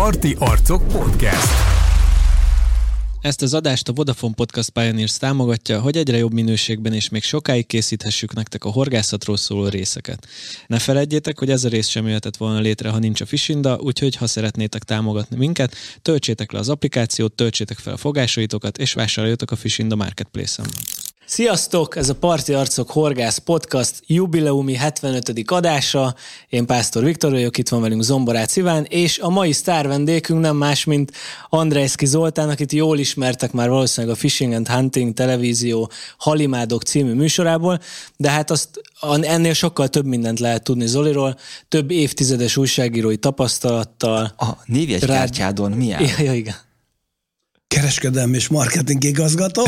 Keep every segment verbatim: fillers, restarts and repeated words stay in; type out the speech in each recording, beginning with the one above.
Parti Arcok Podcast. Ezt az adást a Vodafone Podcast Pioneers támogatja, hogy egyre jobb minőségben és még sokáig készíthessük nektek a horgászatról szóló részeket. Ne feledjétek, hogy ez a rész sem jöhetett volna létre, ha nincs a Fishinda, úgyhogy ha szeretnétek támogatni minket, töltsétek le az applikációt, töltsétek fel a fogásaitokat és vásároljatok a Fishinda Marketplace-en. Sziasztok! Ez a Parti Arcok Horgász Podcast jubileumi hetvenötödik adása. Én Pásztor Viktor vagyok, itt van velünk Zomborácz Iván, és a mai sztár vendégünk nem más, mint Andrejszki Zoltán, akit jól ismertek már valószínűleg a Fishing and Hunting televízió Halimádok című műsorából, de hát azt ennél sokkal több mindent lehet tudni Zoliról, több évtizedes újságírói tapasztalattal. A névjegykártyádon rád... milyen? Ja, ja, igen. Kereskedelmi és marketing igazgató?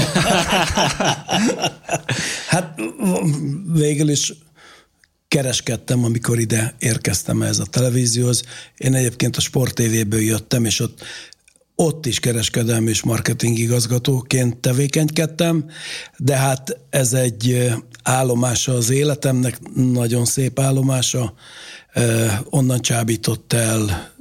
Hát végül is kereskedtem, amikor ide érkeztem ez a televízióhoz. Én egyébként a Sport té véből jöttem, és ott, ott is kereskedelmi és marketing igazgatóként tevékenykedtem, de hát ez egy állomása az életemnek, nagyon szép állomása. Onnan csábított el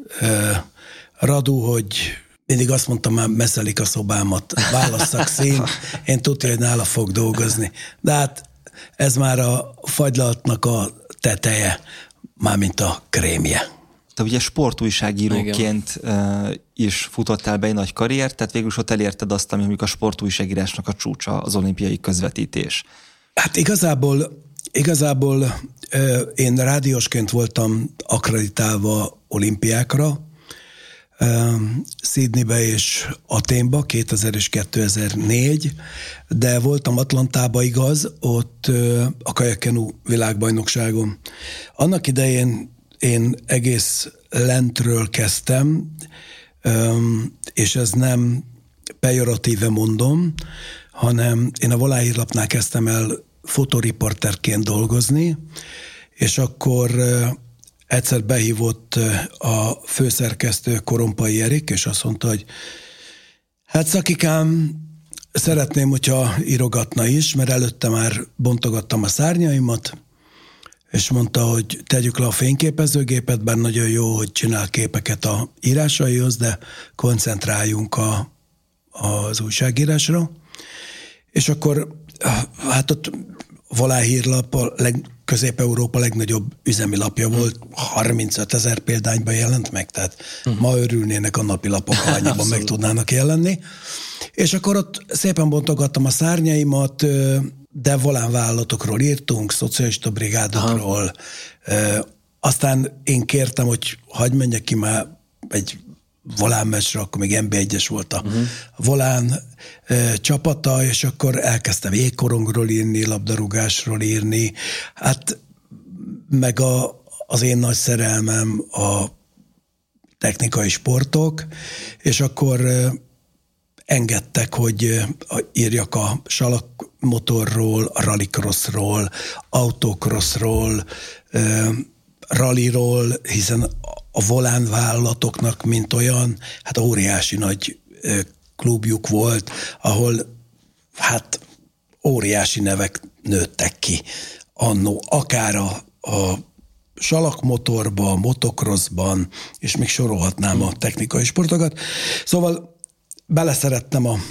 Radu, hogy mindig azt mondtam, már messzelik a szobámat, válasszak szín, én tudja, hogy nála fog dolgozni. De hát ez már a fagylaltnak a teteje, mármint a krémje. Te ugye sportújságíróként uh, is futottál be egy nagy karriert, tehát végül is ott elérted azt, ami a sportújságírásnak a csúcsa, az olimpiai közvetítés. Hát igazából, igazából uh, én rádiósként voltam akkreditálva olimpiákra, Sydneybe és Athénba, kétezer és kétezer-négy, de voltam Atlantába, igaz, ott a kajakkenu világbajnokságon. Annak idején én egész lentről kezdtem, és ez nem pejoratíve mondom, hanem én a Volánhírlapnál kezdtem el fotoriporterként dolgozni, és akkor egyszer behívott a főszerkesztő Korompai Erik, és azt mondta, hogy hát szakikám, szeretném, hogyha írogatna is, mert előtte már bontogattam a szárnyaimat, és mondta, hogy tegyük le a fényképezőgépet, bár nagyon jó, hogy csinál képeket a írásaihoz, de koncentráljunk a, az újságírásra. És akkor hát ott Volánhírlap a leg, Közép-Európa legnagyobb üzemi lapja volt, harmincöt ezer példányban jelent meg, tehát uh-huh. ma örülnének a napilapok, ha annyiban meg tudnának jelenni. És akkor ott szépen bontogattam a szárnyaimat, de volánvállalatokról írtunk, szocialista brigádokról. Uh-huh. Aztán én kértem, hogy hagyj menjek ki már egy volánmeccsre, akkor még en bé egyes volt a uh-huh. volán e, csapata, és akkor elkezdtem jégkorongról írni, labdarúgásról írni, hát meg a, az én nagy szerelmem a technikai sportok, és akkor e, engedtek, hogy e, írjak a salakmotorról, a rallycrossról, autocrossról, e, rallyról, hiszen a volánvállalatoknak, mint olyan, hát óriási nagy klubjuk volt, ahol hát óriási nevek nőttek ki annó, akár a, a salakmotorban, a motocrossban, és még sorolhatnám a technikai sportokat. Szóval beleszerettem a,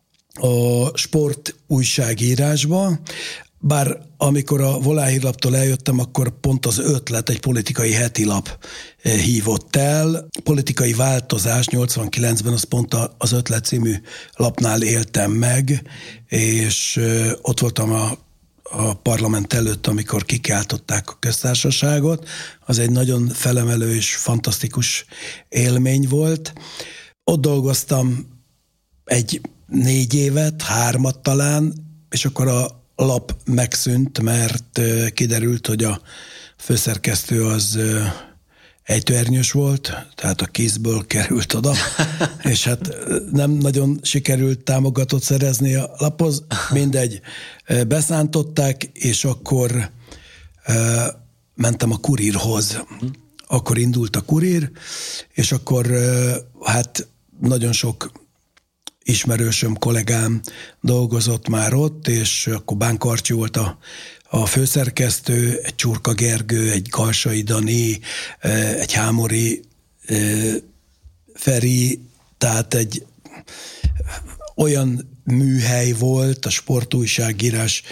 a sport újságírásba, bár amikor a Volánhírlaptól eljöttem, akkor pont az ötlet, egy politikai hetilap hívott el. Politikai változás nyolcvankilencben, az pont az Ötlet című lapnál éltem meg, és ott voltam a, a parlament előtt, amikor kikiáltották a köztársaságot. Az egy nagyon felemelő és fantasztikus élmény volt. Ott dolgoztam egy négy évet, hármat talán, és akkor a A lap megszűnt, mert kiderült, hogy a főszerkesztő az ejtőernyős volt, tehát a kézből került oda, és hát nem nagyon sikerült támogatót szerezni a laphoz, mindegy, beszántották, és akkor mentem a Kurírhoz. Akkor indult a Kurír, és akkor hát nagyon sok ismerősöm, kollégám dolgozott már ott, és akkor Bánk Arcsi volt a, a főszerkesztő, egy Csurka Gergő, egy Galsai Dani, egy Hámori Feri, tehát egy olyan műhely volt, a sportújságírás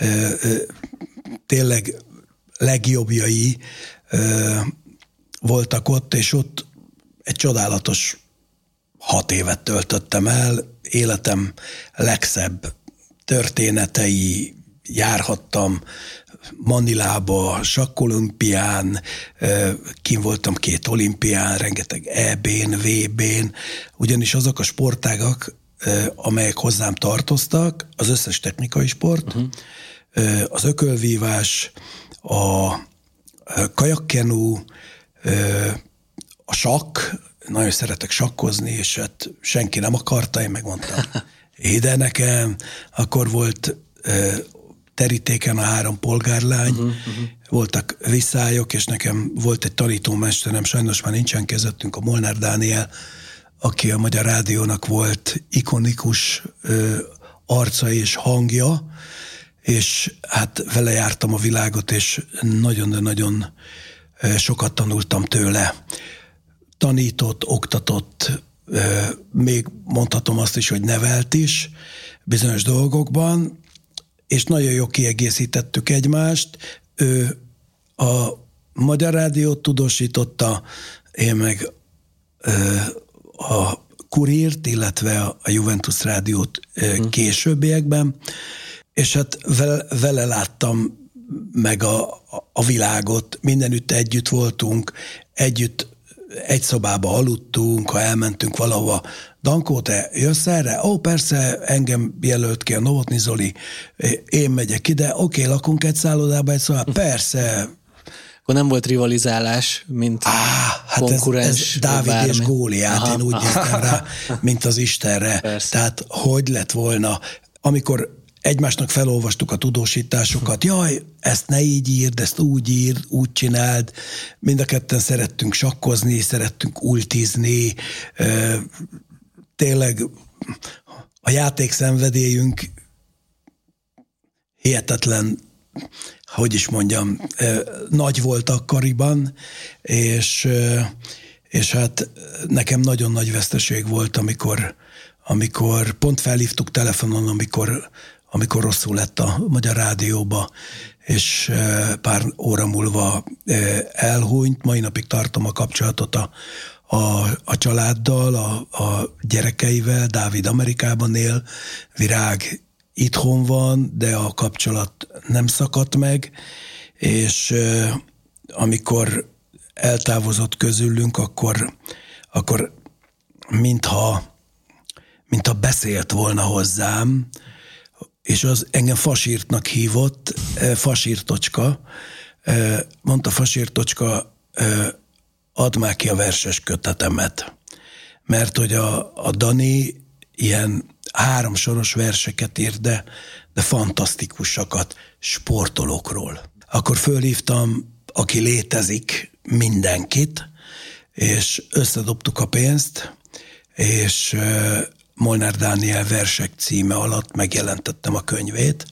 tényleg legjobbjai voltak ott, és ott egy csodálatos hat évet töltöttem el, életem legszebb történetei, járhattam Manilába, sakkolimpián, kim voltam két olimpián, rengeteg é bén, vé bén, ugyanis azok a sportágak, amelyek hozzám tartoztak, az összes technikai sport, uh-huh. az ökölvívás, a kajakkenu, a sakk, nagyon szeretek sakkozni, és hát senki nem akarta, én megmondtam, ide nekem, akkor volt terítéken a három polgárlány, uh-huh, uh-huh. voltak visszályok, és nekem volt egy tanítómesterem, sajnos már nincsen közöttünk, a Molnár Dániel, aki a Magyar Rádiónak volt ikonikus ö, arca és hangja, és hát vele jártam a világot, és nagyon-nagyon sokat tanultam tőle. Tanított, oktatott, ö, még mondhatom azt is, hogy nevelt is bizonyos dolgokban, és nagyon jól kiegészítettük egymást. Ő a Magyar Rádiót tudósította, én meg ö, a Kurírt, illetve a Juventus Rádiót hmm. későbbiekben, és hát vele, vele láttam meg a, a világot, mindenütt együtt voltunk, együtt egy szobába aludtunk, ha elmentünk valahova, Dankó, te jössz erre? Ó, persze, engem jelölt ki a Novotny Zoli, én megyek ide, oké, lakunk egy szállodába, egy szobába, persze. Akkor nem volt rivalizálás, mint Á, hát konkurens? Ez, ez Dávid bármi. És Góliát, aha, én úgy néztem rá, mint az Istenre. Persze. Tehát hogy lett volna, amikor egymásnak felolvastuk a tudósításokat, jaj, ezt ne így írd, ezt úgy írd, úgy csináld. Mind a ketten szerettünk sakkozni, szerettünk ultizni. Tényleg a játékszenvedélyünk hihetetlen, hogy is mondjam, nagy volt akkoriban, és, és hát nekem nagyon nagy veszteség volt, amikor, amikor pont felhívtuk telefonon, amikor amikor rosszul lett a Magyar Rádióba, és pár óra múlva elhunyt. Mai napig tartom a kapcsolatot a, a, a családdal, a, a gyerekeivel. Dávid Amerikában él, Virág itthon van, de a kapcsolat nem szakadt meg, és amikor eltávozott közülünk, akkor, akkor mintha, mintha beszélt volna hozzám, és az engem Fasírtnak hívott, Fasírtocska, mondta Fasírtocska, add már ki a verses kötetemet. Mert hogy a, a Dani ilyen háromsoros verseket írt, de, de fantasztikusakat sportolókról. Akkor fölhívtam, aki létezik, mindenkit, és összedobtuk a pénzt, és Molnár Dániel versek címe alatt megjelentettem a könyvét,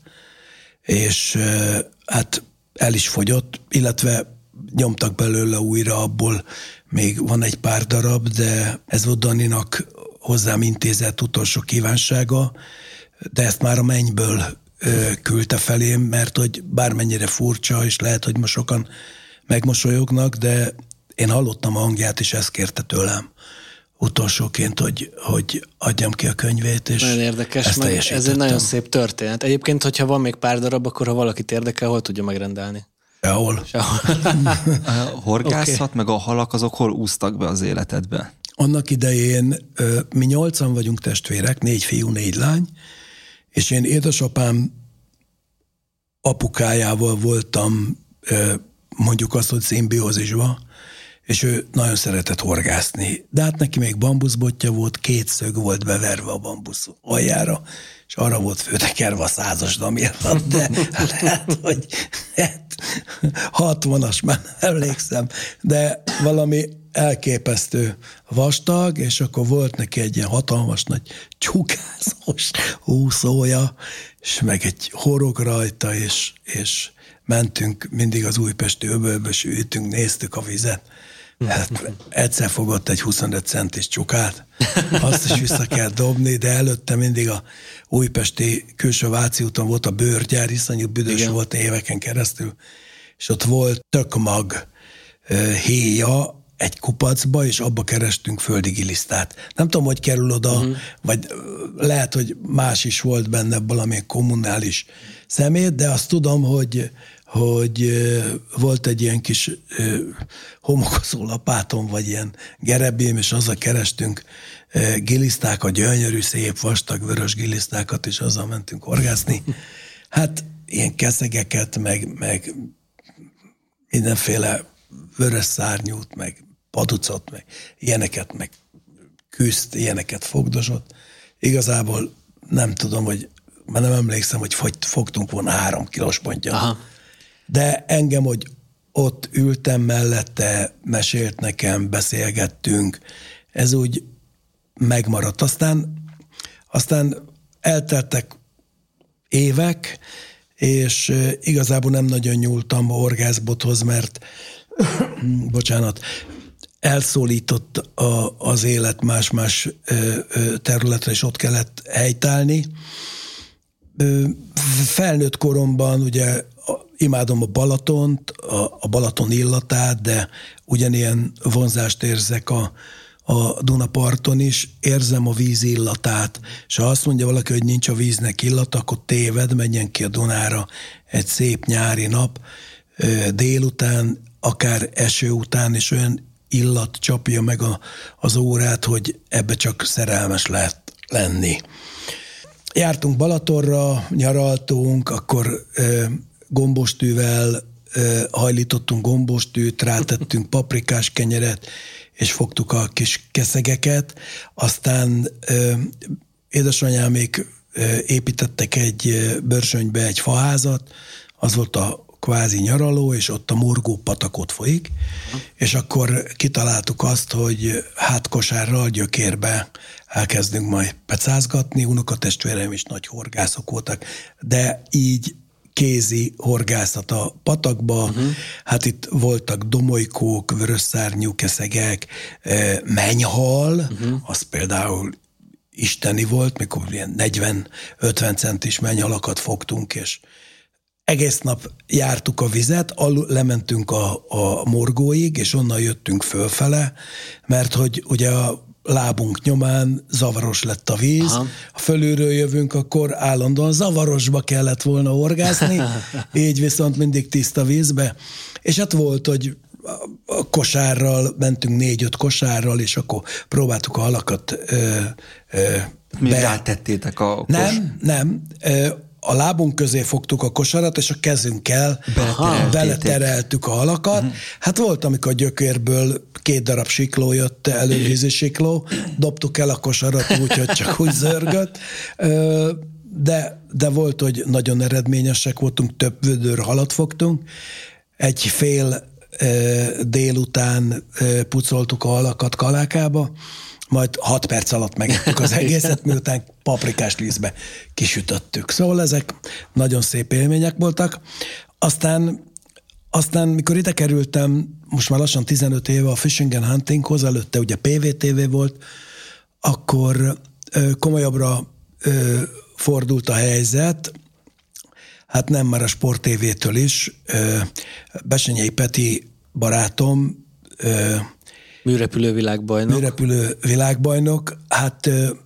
és hát el is fogyott, illetve nyomtak belőle újra, abból még van egy pár darab, de ez volt Daninak hozzám intézett utolsó kívánsága, de ezt már a mennyből küldte felém, mert hogy bármennyire furcsa, és lehet, hogy most sokan megmosolyognak, de én hallottam a hangját, és ezt kérte tőlem utolsóként, hogy, hogy adjam ki a könyvét, és nagyon érdekes, meg ez egy nagyon szép történet. Egyébként, hogyha van még pár darab, akkor ha valakit érdekel, hol tudja megrendelni? Sehol. Sehol. A horgászat, okay. meg a halak, azok hol úsztak be az életedbe? Annak idején mi nyolcan vagyunk testvérek, négy fiú, négy lány, és én édesapám apukájával voltam, mondjuk azt, hogy szimbiózisban, és ő nagyon szeretett horgászni. De hát neki még bambuszbotja volt, két szög volt beverve a bambusz aljára, és arra volt főtekerve a százas damért, de lehet, hogy hát, hatvanas, már nem emlékszem, de valami elképesztő vastag, és akkor volt neki egy ilyen hatalmas nagy csukázós úszója, és meg egy horog rajta, és, és mentünk mindig az újpesti öbölbe, sültünk, néztük a vizet. Hát, egyszer fogott egy huszonöt centis csukát, azt is vissza kell dobni, de előtte mindig a újpesti külső Váci úton volt a bőrgyár, iszonyú büdös Igen. volt éveken keresztül, és ott volt tök mag héja egy kupacba, és abba kerestünk földi gilisztát. Nem tudom, hogy kerül oda, uh-huh. vagy lehet, hogy más is volt benne valamilyen kommunális szemét, de azt tudom, hogy hogy volt egy ilyen kis homokozó lapátom, vagy ilyen gerebém, és azzal kerestünk gilisztákat, gyönyörű, szép, vastag, vörös gilisztákat, és azzal mentünk horgászni. Hát ilyen keszegeket, meg, meg mindenféle vörös szárnyút, meg paducot, meg ilyeneket, meg küszt, ilyeneket fogdosott. Igazából nem tudom, hogy már nem emlékszem, hogy fogtunk volna három kilós pontja. Aha. De engem, hogy ott ültem mellette, mesélt nekem, beszélgettünk, ez úgy megmaradt. Aztán, aztán elteltek évek, és igazából nem nagyon nyúltam orgászbothoz, mert bocsánat, elszólított a, az élet más-más területre, és ott kellett helytállni. Felnőtt koromban ugye imádom a Balatont, a, a Balaton illatát, de ugyanilyen vonzást érzek a, a Dunaparton is, érzem a víz illatát, és ha azt mondja valaki, hogy nincs a víznek illata, akkor téved, menjen ki a Dunára egy szép nyári nap, délután, akár eső után, és olyan illat csapja meg a, az órát, hogy ebbe csak szerelmes lehet lenni. Jártunk Balatonra, nyaraltunk, akkor ö, gombostűvel ö, hajlítottunk gombostűt, rátettünk paprikás kenyeret, és fogtuk a kis keszegeket. Aztán ö, édesanyámék ö, építettek egy Börsönybe egy faházat, az volt a kvázi nyaraló, és ott a Morgó patakot folyik, uh-huh. és akkor kitaláltuk azt, hogy hátkosárral Gyökérbe elkezdünk majd pecázgatni, unokatestvéreim is nagy horgászok voltak, de így kézi horgászat a patakba, uh-huh. hát itt voltak domolykók, vörösszárnyú keszegek, mennyhal, uh-huh. az például isteni volt, mikor ilyen negyven-ötven centis mennyhalakat fogtunk, és egész nap jártuk a vizet, alul, lementünk a, a Morgóig, és onnan jöttünk fölfele, mert hogy ugye a lábunk nyomán zavaros lett a víz. Aha. Ha fölülről jövünk, akkor állandóan zavarosba kellett volna horgászni, így viszont mindig tiszta vízbe. És hát volt, hogy a kosárral, mentünk négy-öt kosárral, és akkor próbáltuk a halakat ö, ö, Mi be... rátettétek a kos... Nem, nem. Ö, a lábunk közé fogtuk a kosarat, és a kezünkkel beletereltük a halakat. Uh-huh. Hát volt, amikor a Gyökérből két darab sikló jött elő, vízi sikló, dobtuk el a kosarat úgy, hogy csak úgy zörgött. De, de volt, hogy nagyon eredményesek voltunk, több vödör halat fogtunk. Egy fél délután pucoltuk a halakat kalákába, majd hat perc alatt megettük az egészet, miután paprikás lízbe kisütöttük. Szóval ezek nagyon szép élmények voltak. Aztán, aztán mikor ide kerültem, most már lassan tizenöt éve a Fishing and Huntinghoz, előtte ugye pé vé té vé volt, akkor ö, komolyabbra ö, fordult a helyzet, hát nem már a Sport té vétől is. Ö, Besenyei Peti barátom, ö, Műrepülő világbajnok. Műrepülő világbajnok. Hát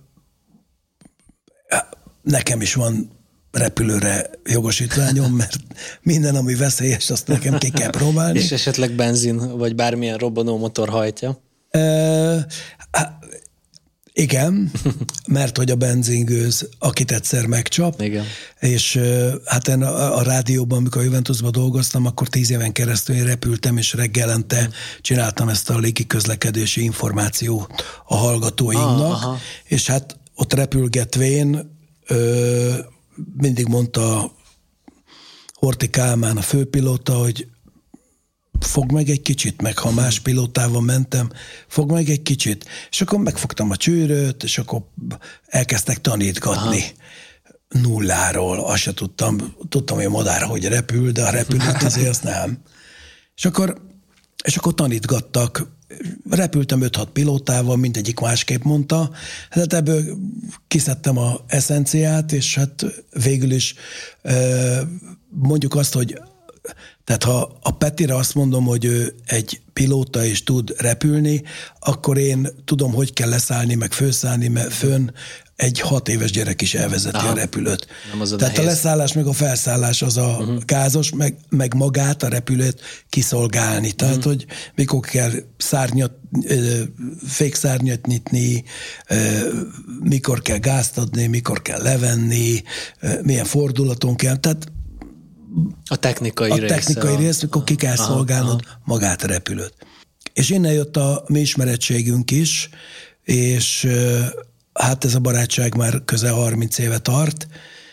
nekem is van repülőre jogosítványom, mert minden, ami veszélyes, azt nekem ki kell próbálni. És esetleg benzin, vagy bármilyen robbanó motor hajtja? E, igen, mert hogy a benzingőz, akit egyszer megcsap, igen. És hát én a, a rádióban, amikor a Juventusban dolgoztam, akkor tíz éven keresztül én repültem, és reggelente csináltam ezt a légiközlekedési információt a hallgatóinknak, ah, és hát ott repülgetvén ö, mindig mondta Horthy Kálmán, a főpilóta, hogy fog meg egy kicsit, meg ha más pilótával mentem, fog meg egy kicsit. És akkor megfogtam a csőröt, és akkor elkezdtek tanítgatni. Aha. Nulláról. Azt se tudtam, tudtam, hogy a madár hogy repül, de a repülőt azért azt nem. És akkor és akkor tanítgattak. Repültem öt-hat pilótával, mindegyik másképp mondta. Hát ebből kiszedtem a eszenciát, és hát végül is mondjuk azt, hogy tehát ha a Petire azt mondom, hogy ő egy pilóta és tud repülni, akkor én tudom, hogy kell leszállni, meg főszállni, mert fönn egy hat éves gyerek is elvezeti Aha. a repülőt. A Tehát nehéz. A leszállás meg a felszállás az a uh-huh. gázos, meg, meg magát a repülőt kiszolgálni. Tehát, uh-huh. hogy mikor kell szárnyat, fékszárnyat nyitni, mikor kell gázt adni, mikor kell levenni, milyen fordulaton kell. Tehát a technikai a része. A technikai rész, mikor ki kell aha, szolgálnod aha. magát a repülőt. És innen jött a mi ismerettségünk is, és hát ez a barátság már közel harminc éve tart.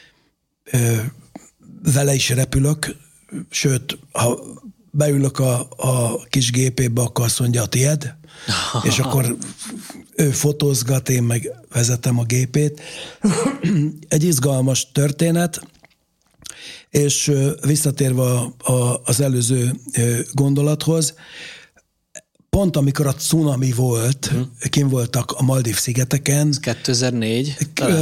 Vele is repülök, sőt, ha beülök a, a kis gépébe, akkor azt mondja, a tied, és akkor ő fotózgat, én meg vezetem a gépét. Egy izgalmas történet, és visszatérve a, a, az előző gondolathoz, pont amikor a cunami volt, uh-huh. kim voltak a Maldív-szigeteken. Ez kétezer-négy?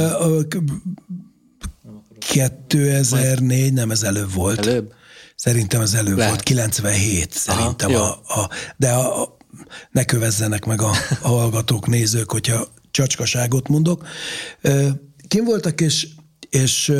kétezer-négy, nem, ez előbb volt. Előbb? Szerintem ez előbb Lehet. volt, kilencvenhét szerintem. Aha, a, a, de a, a, ne kövezzenek meg a, a hallgatók, nézők, hogyha csacskaságot mondok. Kim voltak, és, és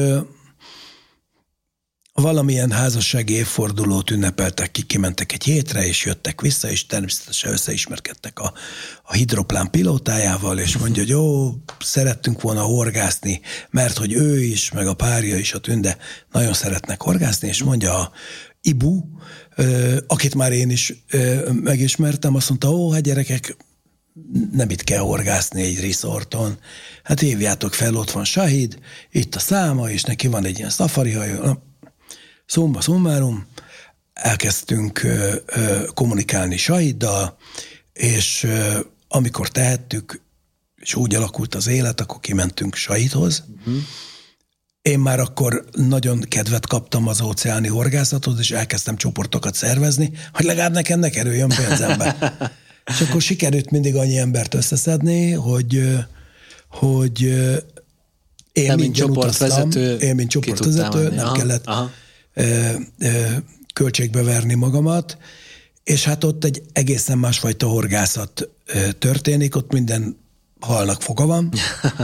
valamilyen házassági évfordulót ünnepeltek ki, kimentek egy hétre, és jöttek vissza, és természetesen összeismerkedtek a, a hidroplán pilótájával, és mondja, hogy jó, szerettünk volna horgászni, mert hogy ő is, meg a párja is, a Tünde nagyon szeretnek horgászni, és mondja a Ibu, akit már én is megismertem, azt mondta, ó, hát gyerekek, nem itt kell horgászni egy resorton, hát hívjátok fel, ott van Sahid, itt a száma, és neki van egy ilyen safari hajó. Szomba szommárum, elkezdtünk ö, ö, kommunikálni Sahiddal, és ö, amikor tehettük, és úgy alakult az élet, akkor kimentünk Sahidhoz. Uh-huh. Én már akkor nagyon kedvet kaptam az óceáni horgászathoz, és elkezdtem csoportokat szervezni, hogy legalább nekem ne kerüljön pénzembe. És akkor sikerült mindig annyi embert összeszedni, hogy, hogy én nem mint csoportvezető, én mint csoportvezető, nem aha, kellett aha. költségbe verni magamat, és hát ott egy egészen másfajta horgászat történik, ott minden halnak foga van,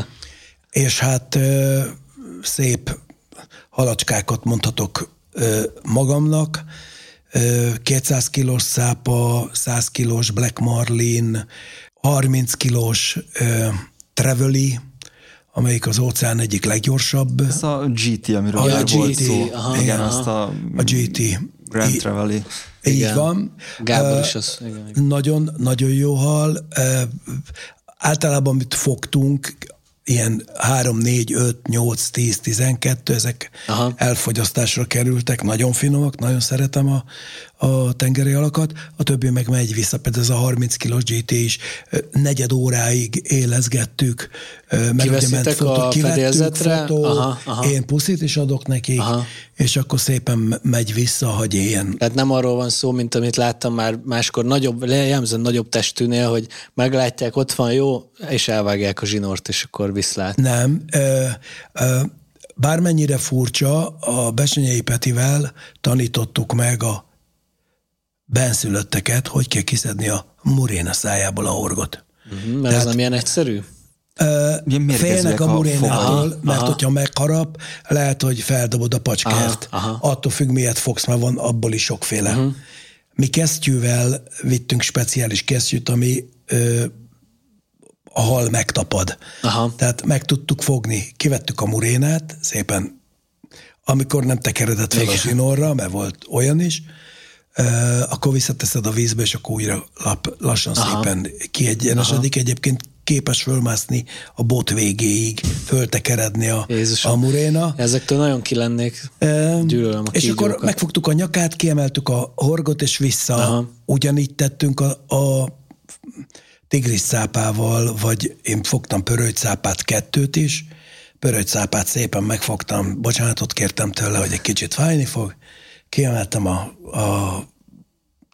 és hát szép halacskákat mondhatok magamnak, kétszáz kilós szápa, száz kilós Black Marlin, harminc kilós Trevally, amelyik az óceán egyik leggyorsabb. Ez a gé té, amiről már volt szó. Aha, igen, aha. Azt a, a gé té. Grand I, Trevally. Így igen. van. Gábor is az. Igen. Nagyon, nagyon jó hal. Általában, amit fogtunk, ilyen három, négy, öt, nyolc, tíz, tizenkettő, ezek aha. elfogyasztásra kerültek, nagyon finomak, nagyon szeretem a, a tengeri alakat, a többi meg megy vissza, például ez a harminc kilós gé té is, negyed óráig élezgettük, kiveszitek fotó, a fedélzetre? Fotó, aha, aha. Én puszit is adok neki, aha. és akkor szépen megy vissza, hogy éljen. Tehát nem arról van szó, mint amit láttam már máskor, nagyobb, jellemzően nagyobb testűnél, hogy meglátják, ott van jó, és elvágják a zsinort, és akkor viszlát. Nem. Ö, ö, bármennyire furcsa, a Bessenyei Petivel tanítottuk meg a benszülötteket, hogy kell kiszedni a muréna szájából a horgot. Uh-huh, mert Tehát, ez nem ilyen egyszerű? Uh, félnek a murénától, mert aha. hogyha megharap, lehet, hogy feldobod a pacskert. Aha, aha. Attól függ, miért fogsz, mert van abból is sokféle. Uh-huh. Mi kesztyűvel vittünk speciális kesztyűt, ami ö, a hal megtapad. Aha. Tehát meg tudtuk fogni, kivettük a murénát, szépen, amikor nem tekeredett fel igen. a zsinórra, mert volt olyan is, uh, akkor visszateszed a vízbe, és akkor újra lap, lassan aha. szépen kiegyenesedik. Egyébként képes fölmászni a bot végéig, föltekeredni a, a muréna. Ezektől nagyon kilennék. Gyűlölöm a És kígyókat. akkor megfogtuk a nyakát, kiemeltük a horgot, és vissza. Aha. Ugyanígy tettünk a, a tigris szápával, vagy én fogtam pörögyszápát, kettőt is. Pörögyszápát szépen megfogtam, bocsánatot kértem tőle, hogy egy kicsit fájni fog. Kiemeltem a, a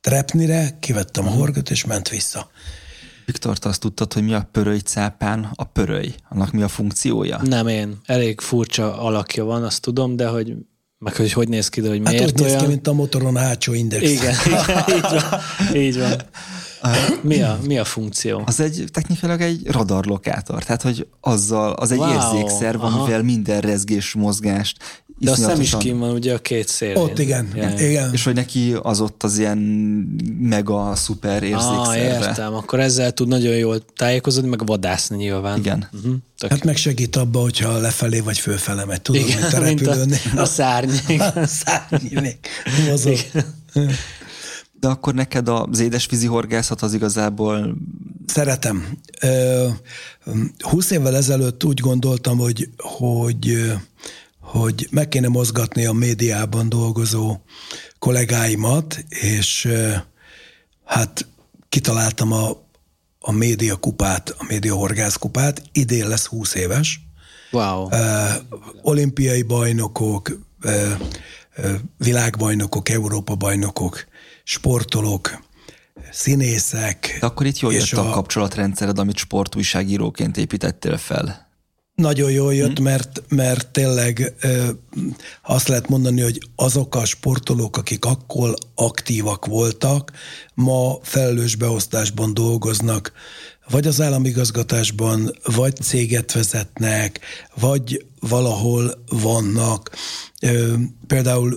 trepnire, kivettem a horgot, és ment vissza. Viktor, te azt tudtad, hogy mi a pöröly cápán a pöröly? Annak mi a funkciója? Nem én. Elég furcsa alakja van, azt tudom, de hogy meg hogy hogy néz ki, de hogy miért hát úgy olyan... néz ki, mint a motoron hátsó index. Igen, igen, így van. Így van. Mi a, mi a funkció? Az egy technikailag egy radarlokátor, tehát hogy azzal, az egy wow, érzékszerv, amivel minden rezgés, mozgást. De a szem is kín van ugye a két szélén. Ott igen, ja. igen. És hogy neki az ott az ilyen mega szuper érzékszerve. Ah, értem, akkor ezzel tud nagyon jól tájékozódni, meg vadászni nyilván. Igen. Uh-huh. Hát meg segít abba, hogyha lefelé vagy fölfele megy, tudod, igen, mint a repülőnél. A, a szárny. A szárny még mozog. De akkor neked az édesvízi horgászat az igazából... Szeretem. Húsz évvel ezelőtt úgy gondoltam, hogy, hogy, hogy meg kéne mozgatni a médiában dolgozó kollégáimat, és hát kitaláltam a, a média kupát, a média horgászkupát. Idén lesz húsz éves. Wow. Olimpiai bajnokok, világbajnokok, Európa bajnokok, sportolók, színészek. De akkor itt jól jött a, a kapcsolatrendszered, amit sportújságíróként építettél fel. Nagyon jól jött, hmm. mert, mert tényleg ö, azt lehet mondani, hogy azok a sportolók, akik akkor aktívak voltak, ma felelős beosztásban dolgoznak, vagy az államigazgatásban, vagy céget vezetnek, vagy valahol vannak. Ö, például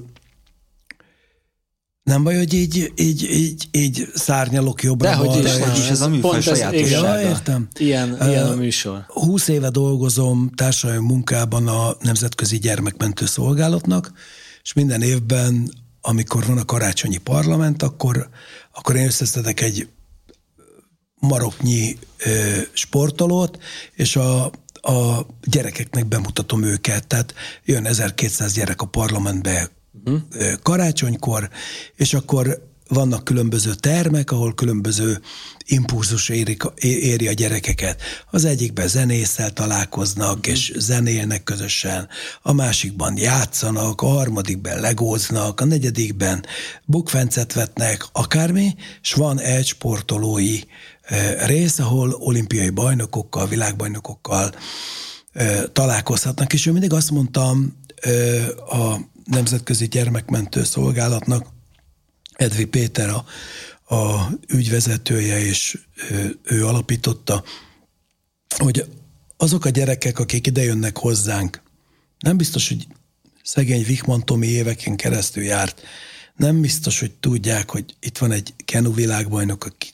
nem baj, hogy így, így, így, így szárnyalok jobbra. Dehogy is, de is ez a műfaj sajátossága. Ja, értem. Ilyen, uh, ilyen a műsor. Húsz éve dolgozom társadalmi munkában a Nemzetközi Gyermekmentő Szolgálatnak, és minden évben, amikor van a karácsonyi parlament, akkor, akkor én összeszedek egy maroknyi ö, sportolót, és a, a gyerekeknek bemutatom őket. Tehát jön ezerkétszáz gyerek a parlamentbe uh-huh. karácsonykor, és akkor vannak különböző termek, ahol különböző impulzus éri, éri a gyerekeket. Az egyikben zenésszel találkoznak, uh-huh. és zenélnek közösen, a másikban játszanak, a harmadikben legóznak, a negyedikben bukfencet vetnek, akármi, és van egy sportolói rész, ahol olimpiai bajnokokkal, világbajnokokkal találkozhatnak, és én mindig azt mondtam a Nemzetközi Gyermekmentő Szolgálatnak, Edvi Péter a, a ügyvezetője, és ő, ő alapította, hogy azok a gyerekek, akik idejönnek hozzánk, nem biztos, hogy szegény Wichmann Tomi éveken keresztül járt, nem biztos, hogy tudják, hogy itt van egy kenu világbajnok, aki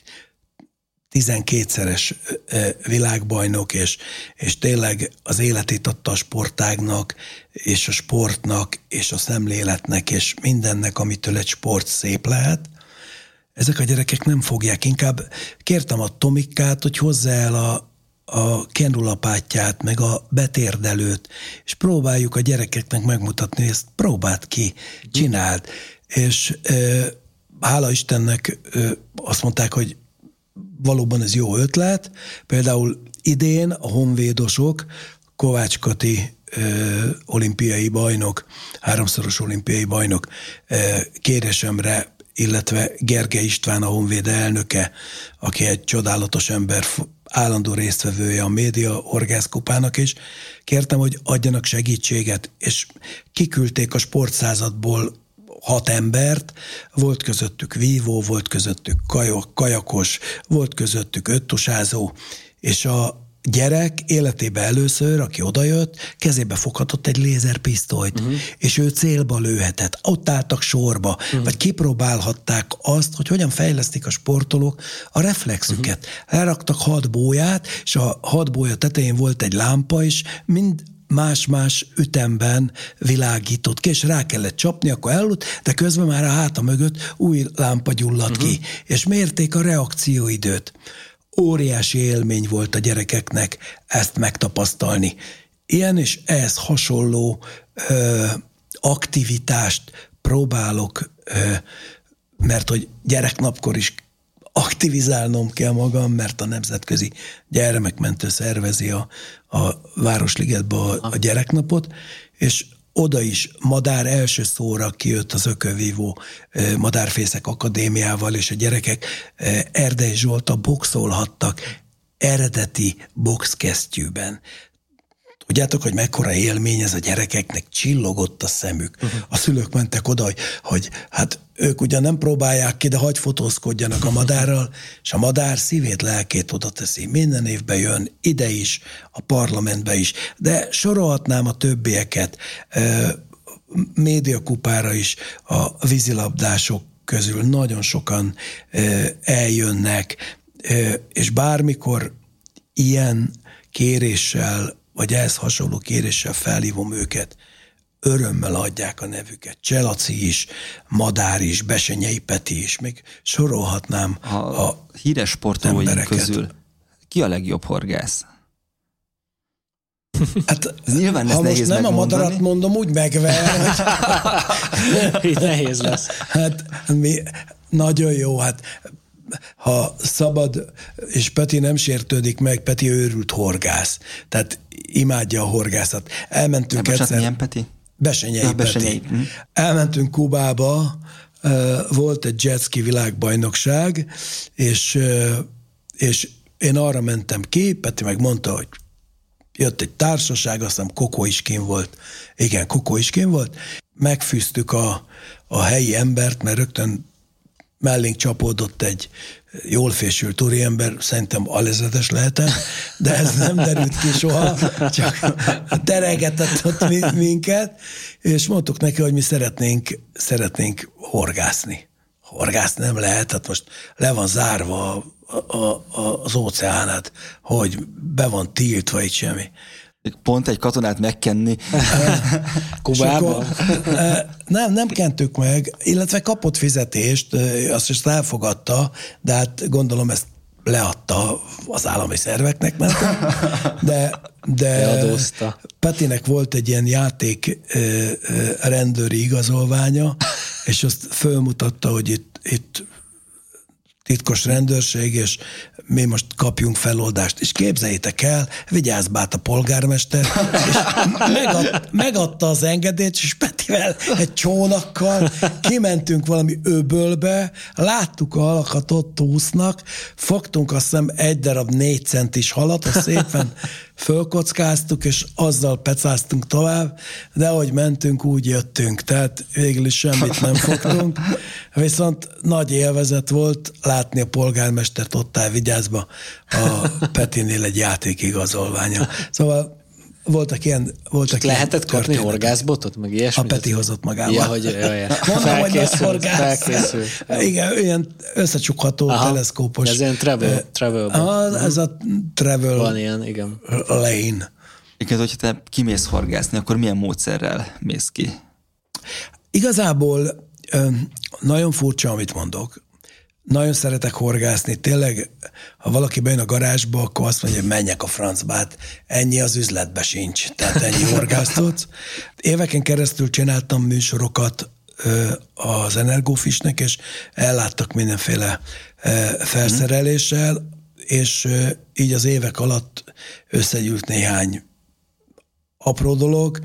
tizenkétszeres világbajnok, és, és tényleg az életét adta a sportágnak, és a sportnak, és a szemléletnek, és mindennek, amitől egy sport szép lehet. Ezek a gyerekek nem fogják. Inkább kértem a Tomikát, hogy hozza el a, a kenulapátját, meg a betérdelőt, és próbáljuk a gyerekeknek megmutatni, ezt próbáld ki, csináld. És e, hála Istennek e, azt mondták, hogy valóban ez jó ötlet. Például idén a honvédosok, Kovács Kati ö, olimpiai bajnok, háromszoros olimpiai bajnok ö, kérésemre, illetve Gergely István a Honvéd elnöke, aki egy csodálatos ember, állandó résztvevője a média horgászkupának, és kértem, hogy adjanak segítséget, és kiküldték a sportszázadból hat embert, volt közöttük vívó, volt közöttük kajakos, volt közöttük öttusázó, és a gyerek életében először, aki odajött, kezébe foghatott egy lézerpisztolyt, uh-huh. és ő célba lőhetett. Ott álltak sorba, uh-huh. vagy kipróbálhatták azt, hogy hogyan fejlesztik a sportolók a reflexüket. Uh-huh. Leraktak hat bóját, és a hat bója tetején volt egy lámpa, és mind más-más ütemben világított ki, és rá kellett csapni, akkor elaludt, de közben már a háta mögött új lámpa gyulladt uh-huh. ki, és mérték a reakcióidőt. Óriási élmény volt a gyerekeknek ezt megtapasztalni. Ilyen és ehhez hasonló ö, aktivitást próbálok, ö, mert hogy gyereknapkor is aktivizálnom kell magam, mert a Nemzetközi Gyermekmentő szervezi a, a Városligetben a, a gyereknapot, és oda is madár első szóra kijött az Ökölvívó Madárfészek Akadémiával, és a gyerekek Erdei Zsolttal boxolhattak eredeti boxkesztyűben. Tudjátok, hogy mekkora élmény ez a gyerekeknek, csillogott a szemük. Uh-huh. A szülők mentek oda, hogy, hogy hát ők ugyan nem próbálják ki, de hagy fotózkodjanak a madárral, és a madár szívét, lelkét oda teszi. Minden évben jön, ide is, a parlamentbe is. De sorolhatnám a többieket, médiakupára is, a vízilabdások közül nagyon sokan eljönnek, és bármikor ilyen kéréssel, vagy ehhez hasonló kéréssel felhívom őket, örömmel adják a nevüket. Cselaci is, Madár is, Besenyei Peti is, még sorolhatnám a, a híres sportolóink közül. Ki a legjobb horgász? Hát, nyilván ha most nem a madarat mondom, úgy megver, hogy... Itt nehéz lesz. Hát mi, nagyon jó, hát ha szabad, és Peti nem sértődik meg, Peti őrült horgász. Tehát imádja a horgászat. Elmentünk egyszer... egyszer... milyen Peti? Besenyei ja, Peti. Besenyei. Hm. Elmentünk Kubába, volt egy jetski világbajnokság, és, és én arra mentem ki, Peti meg mondta, hogy jött egy társaság, azt hiszem Kokó is kint volt. Igen, Kokó is kint volt. Megfűztük a, a helyi embert, mert rögtön mellénk csapódott egy jól fésült úriember, szerintem alezredes lehetett, de ez nem derült ki soha, csak teregetett ott minket, és mondtuk neki, hogy mi szeretnénk, szeretnénk horgászni. Horgászni nem lehet, hát most le van zárva a, a, a, az óceánát, hogy be van tiltva, itt semmi. Pont egy katonát megkenni. Kubában? Nem, nem kentük meg, illetve kapott fizetést, azt is elfogadta, de hát gondolom ezt leadta az állami szerveknek, nem? De, de Petinek volt egy ilyen játék rendőri igazolványa, és azt fölmutatta, hogy itt, itt titkos rendőrség, és mi most kapjunk feloldást. És képzeljétek el, vigyázz bát a polgármester, és megad, megadta az engedélyt, és Petivel egy csónakkal kimentünk valami öbölbe, láttuk a halakat ott úsznak, fogtunk azt hiszem egy darab négy centis halat, azt szépen fölkockáztuk, és azzal pecáztunk tovább, de ahogy mentünk, úgy jöttünk, tehát végül is semmit nem fogtunk. Viszont nagy élvezet volt látni a polgármestert ott áll Vigyázba, a Petinél egy játékigazolványa. Szóval voltak ilyen... Voltak lehetett ilyen kapni horgászbotot, meg ilyesmit? A Peti hozott magával. Ja, hogy jaj, mondom, hogy nagy horgász. Felkészült. Igen, ilyen összecsukható, aha, teleszkópos. Ez ilyen travel, travel ah, ez a travel van ilyen, igen. lane. Igen, hogyha te kimész horgászni, akkor milyen módszerrel mész ki? Igazából nagyon furcsa, amit mondok. Nagyon szeretek horgászni. Tényleg, ha valaki bejön a garázsba, akkor azt mondja, hogy menjek a francba. Hát ennyi az üzletbe sincs. Tehát ennyi horgásztot. Éveken keresztül csináltam műsorokat az Energofisnek, és elláttak mindenféle felszereléssel, és így az évek alatt összegyűlt néhány apró dolog,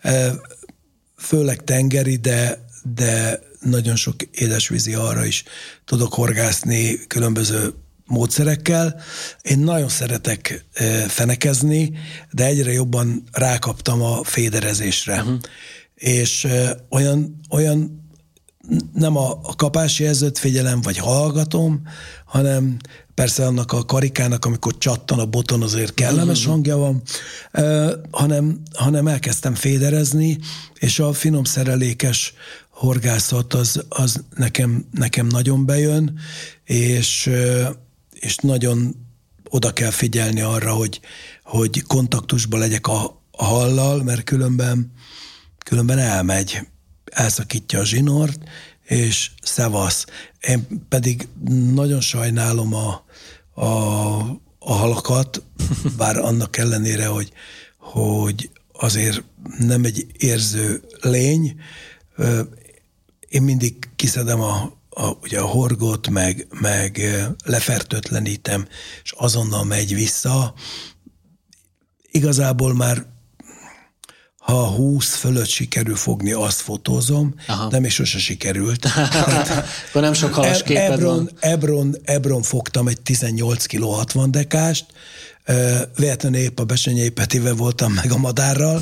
főleg tengeri, de, de nagyon sok édesvízi arra is tudok horgászni különböző módszerekkel. Én nagyon szeretek fenekezni, de egyre jobban rákaptam a féderezésre. Uh-huh. És olyan, olyan nem a kapási jelzőt figyelem, vagy hallgatom, hanem persze annak a karikának, amikor csattan a boton, azért kellemes hangja van, hanem, hanem elkezdtem féderezni, és a finom szerelékes horgászat az, az nekem, nekem nagyon bejön, és, és nagyon oda kell figyelni arra, hogy, hogy kontaktusban legyek a, a hallal, mert különben, különben elmegy, elszakítja a zsinort, és szevasz. Én pedig nagyon sajnálom a, a, a halakat, bár annak ellenére, hogy, hogy azért nem egy érző lény. Én mindig kiszedem a, a, ugye a horgot, meg, meg lefertőtlenítem, és azonnal megy vissza. Igazából már ha húsz fölött sikerül fogni, azt fotózom, Aha. de még sose sikerült. Akkor nem sok halas képed Ebron, van. Ebron, Ebron fogtam egy tizennyolc kiló hatvan dekást, véletlenül épp a Besenyei Petivel voltam meg a madárral,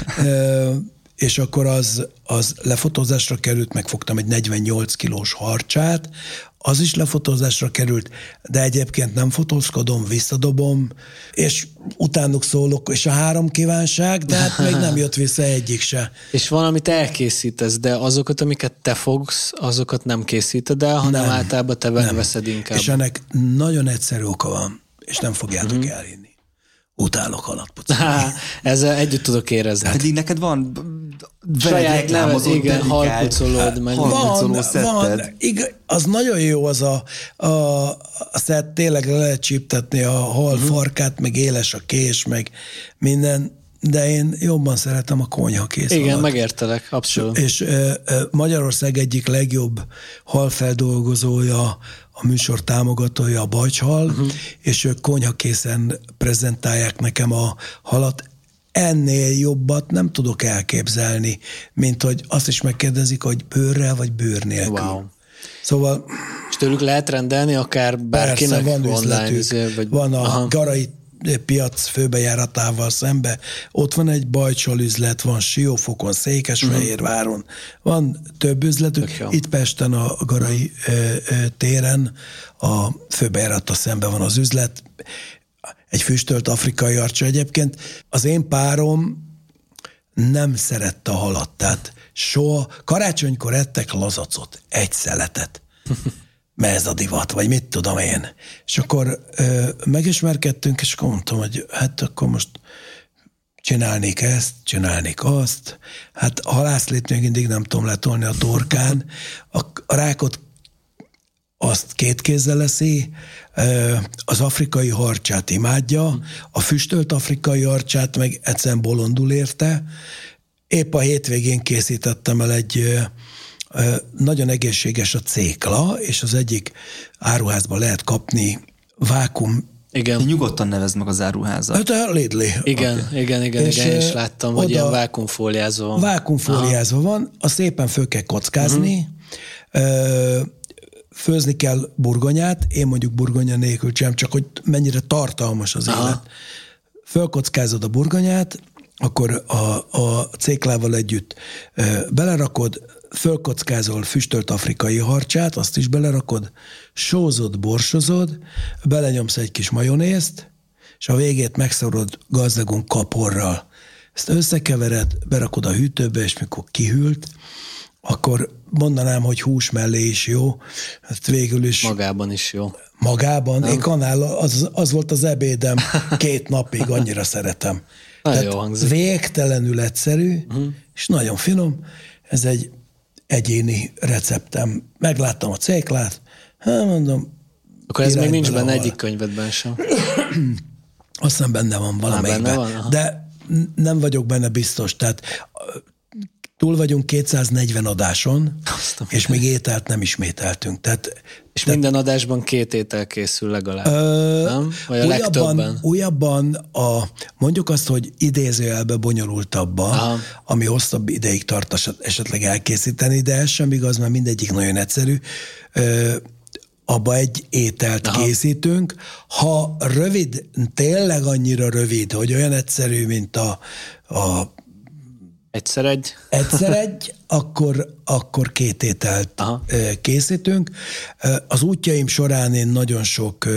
és akkor az, az lefotózásra került, megfogtam egy negyvennyolc kilós harcsát, az is lefotózásra került, de egyébként nem fotózkodom, visszadobom, és utánuk szólok, és a három kívánság, de hát még nem jött vissza egyik se. És valamit elkészítesz, de azokat, amiket te fogsz, azokat nem készíted el, hanem nem, általában te nem. veszed inkább. És ennek nagyon egyszerű oka van, és nem fogjátok uh-huh. elhinni. Utálok halatpucolni. Ezzel együtt tudok érezni. Pedig neked van saját neved, igen, halpucolód, meg van, van, igaz, az nagyon jó az a, a, a szett, tényleg le lehet csíptetni a hal uh-huh. farkát, meg éles a kés, meg minden, de én jobban szeretem a konyhakész Igen, halat. megértelek, abszolút. És, és ö, ö, Magyarország egyik legjobb halfeldolgozója, a műsor támogatója a Bajcshal, uh-huh. és ők konyhakészen prezentálják nekem a halat. Ennél jobbat nem tudok elképzelni, mint hogy azt is megkérdezik, hogy bőrrel vagy bőr nélkül. Wow. Szóval... És tőlük lehet rendelni akár bárkinek? Persze, van üzletük. Vagy... Van a Aha. Garai piac főbejáratával szembe, ott van egy Bajcsal üzlet, van Siófokon, Székesfehérváron, van több üzletük. Itt Pesten a Garai ö, ö, téren a főbejárattal szembe van az üzlet. Egy füstölt afrikai arcsa egyébként. Az én párom nem szerette a halat, tehát soha. Karácsonykor ettek lazacot, egy szeletet. Mert ez a divat, vagy mit tudom én. És akkor ö, megismerkedtünk, és akkor mondtam, hogy hát akkor most csinálnék ezt, csinálnék azt. Hát a halászlét még mindig nem tudom letolni a torkán. A, a rákot azt két kézzel leszi, az afrikai harcsát imádja, a füstölt afrikai harcsát meg egyszerűen bolondul érte. Épp a hétvégén készítettem el egy nagyon egészséges a cékla, és az egyik áruházban lehet kapni vákum. Igen. Nyugodtan nevezd meg az áruházat. Hát a Lidli. Igen, okay. igen, igen, és igen, és láttam, hogy ilyen vákumfóliázva van. Vákumfóliázva van, azt szépen föl kell kockázni, uh-huh. főzni kell burgonyát, én mondjuk burgonya nélkül sem, csak hogy mennyire tartalmas az Aha. élet. Fölkockázod a burgonyát, akkor a, a céklával együtt belerakod, fölkockázol füstölt afrikai harcsát, azt is belerakod, sózod, borsozod, belenyomsz egy kis majonézt, és a végét megszorod gazdagon kaporral. Ezt összekevered, berakod a hűtőbe, és mikor kihűlt, akkor mondanám, hogy hús mellé is jó. Hát végül is... Magában is jó. Magában? Nem? Én kanál, az, az volt az ebédem két napig, annyira szeretem. Nagyon jó hangzik. Végtelenül egyszerű, uh-huh. és nagyon finom. Ez egy egyéni receptem. Megláttam a céklát, hát mondom... Akkor ez még nincs benne egyik könyvedben sem. Aztán benne van valamelyikben. Van, de nem vagyok benne biztos. Tehát túl vagyunk kétszáznegyven adáson, Aztán és még ételt nem ismételtünk. Tehát, és tehát, minden adásban két étel készül legalább, ö, nem? Vagy a újabban, legtöbben? Újabban a, mondjuk azt, hogy idézőjelbe bonyolultabban, Aha. ami hosszabb ideig tart esetleg elkészíteni, de ez sem igaz, mert mindegyik nagyon egyszerű. Ö, abba egy ételt Aha. készítünk. Ha rövid, tényleg annyira rövid, hogy olyan egyszerű, mint a, a Egyszer egy? Egyszer egy, akkor, akkor két ételt Aha. készítünk. Az útjaim során én nagyon sok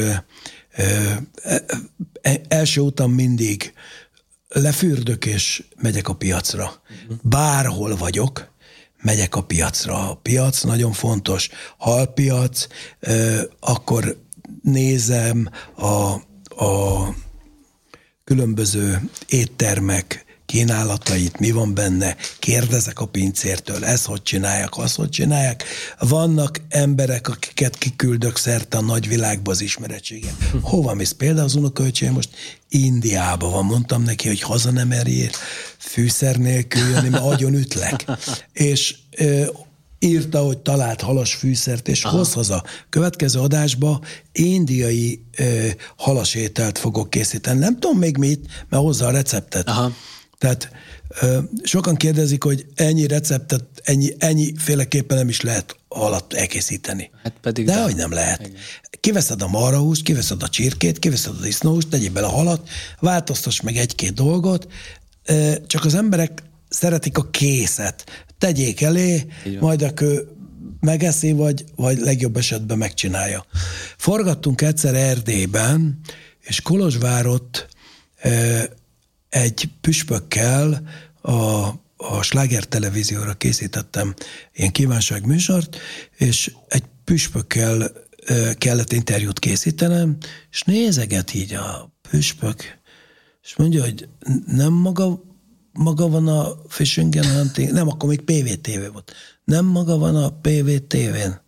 első utam mindig lefürdök és megyek a piacra. Bárhol vagyok, megyek a piacra. A piac nagyon fontos. Halpiac, akkor nézem a, a különböző éttermek kínálatait, mi van benne, kérdezek a pincértől, ezt hogy csinálják, azt hogy csinálják. Vannak emberek, akiket kiküldök szerte a nagyvilágba az ismeretséget. Hova mész? Például az unokaöcsém most Indiába van. Mondtam neki, hogy haza nem merjél fűszer nélkül jönni, mert agyon ütlek. És ö, írta, hogy talált halas fűszert, és Aha. hoz haza. Következő adásba indiai ö, halasételt fogok készíteni. Nem tudom még mit, mert hozza a receptet. Aha. Tehát ö, sokan kérdezik, hogy ennyi receptet, ennyi, ennyi féleképpen nem is lehet halat elkészíteni. Hát pedig de, de hogy nem lehet. Igen. Kiveszed a marhahúst, kiveszed a csirkét, kiveszed a disznóhúst, tegyél bele a halat, változtass meg egy-két dolgot, ö, csak az emberek szeretik a készet. Tegyék elé, majd akkor megeszi, vagy, vagy legjobb esetben megcsinálja. Forgattunk egyszer Erdélyben, és Kolozsvárott ö, egy püspökkel a, a Sláger televízióra készítettem ilyen kívánságműsort, és egy püspökkel ö, kellett interjút készítenem, és nézeget így a püspök, és mondja, hogy nem maga, maga van a Fishing and Hunting, nem, akkor még pé vé té vé volt. Nem maga van a pé vé té vén?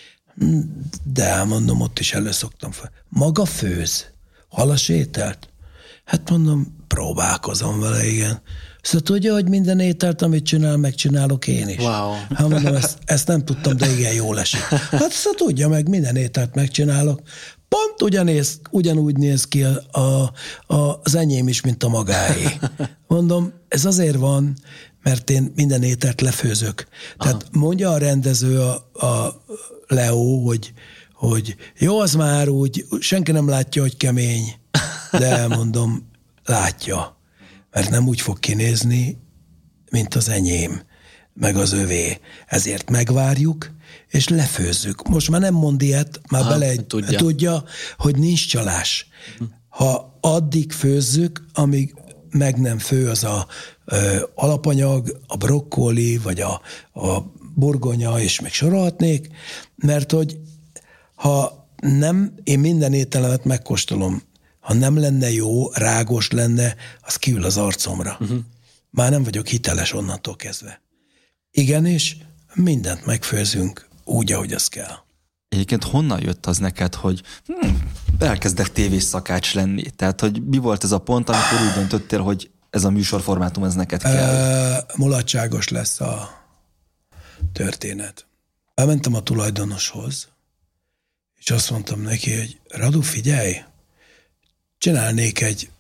De mondom, ott is előszoktam fel. Maga főz? Halas ételt? Hát mondom, próbálkozom vele, igen. Szóval tudja, hogy minden ételt, amit csinál, megcsinálok én is. Wow. Hát mondom, ezt, ezt nem tudtam, de igen, jól esik. Hát szóval tudja meg, minden ételt megcsinálok. Pont ugyanéz, ugyanúgy néz ki a, a, a, az enyém is, mint a magáé. Mondom, ez azért van, mert én minden ételt lefőzök. Tehát aha. Mondja a rendező, a, a Leo, hogy, hogy jó, az már úgy, senki nem látja, hogy kemény, de mondom, látja. Mert nem úgy fog kinézni, mint az enyém, meg az övé. Ezért megvárjuk, és lefőzzük. Most már nem mond ilyet, már aha, bele egy, tudja. tudja, hogy nincs csalás. Ha addig főzzük, amíg meg nem fő az a ö, alapanyag, a brokkoli, vagy a, a burgonya, és még sorolhatnék, mert hogy ha nem, én minden ételemet megkóstolom, ha nem lenne jó, rágos lenne, az kiül az arcomra. Uh-huh. Már nem vagyok hiteles onnantól kezdve. Igenis, mindent megfőzünk úgy, ahogy az kell. Egyébként honnan jött az neked, hogy hm, elkezdek tévés szakács lenni? Tehát, hogy mi volt ez a pont, amikor úgy döntöttél, hogy ez a műsorformátum, ez neked kell? E, mulatságos lesz a történet. Elmentem a tulajdonoshoz, és azt mondtam neki, hogy Radu, figyelj, csinálnék egy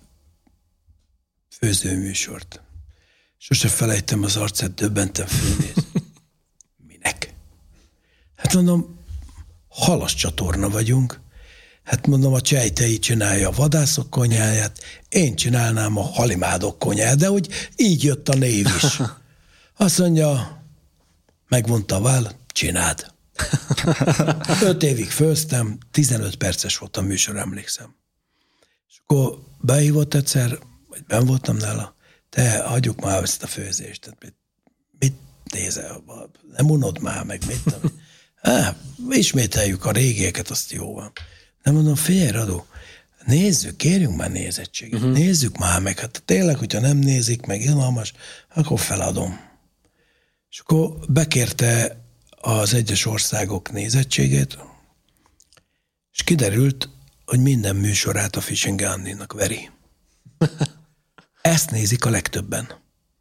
főzőműsort. Sose felejtem az arcát, döbbentem fölnéz. Minek? Hát mondom, halas csatorna vagyunk. Hát mondom, a Csejtei csinálja a vadászok konyháját, én csinálnám a halimádok konyháját, de úgy így jött a név is. Azt mondja, megvonta a váll, csináld. Öt évig főztem, tizenöt perces volt a műsor, emlékszem. És akkor behívott egyszer, vagy benn voltam nála, te hagyjuk már ezt a főzést. Tehát mit, mit nézel? Nem unod már, meg mit? Há, ismételjük a régieket, azt jó van. Nem mondom, figyelj, Radu, nézzük, kérjünk már nézettséget. Uh-huh. Nézzük már meg. Hát tényleg, hogyha nem nézik, meg izgalmas, akkor feladom. És akkor bekérte az egyes országok nézettségét, és kiderült, hogy minden műsorát a Fishing and Huntingnak veri. Ezt nézik a legtöbben.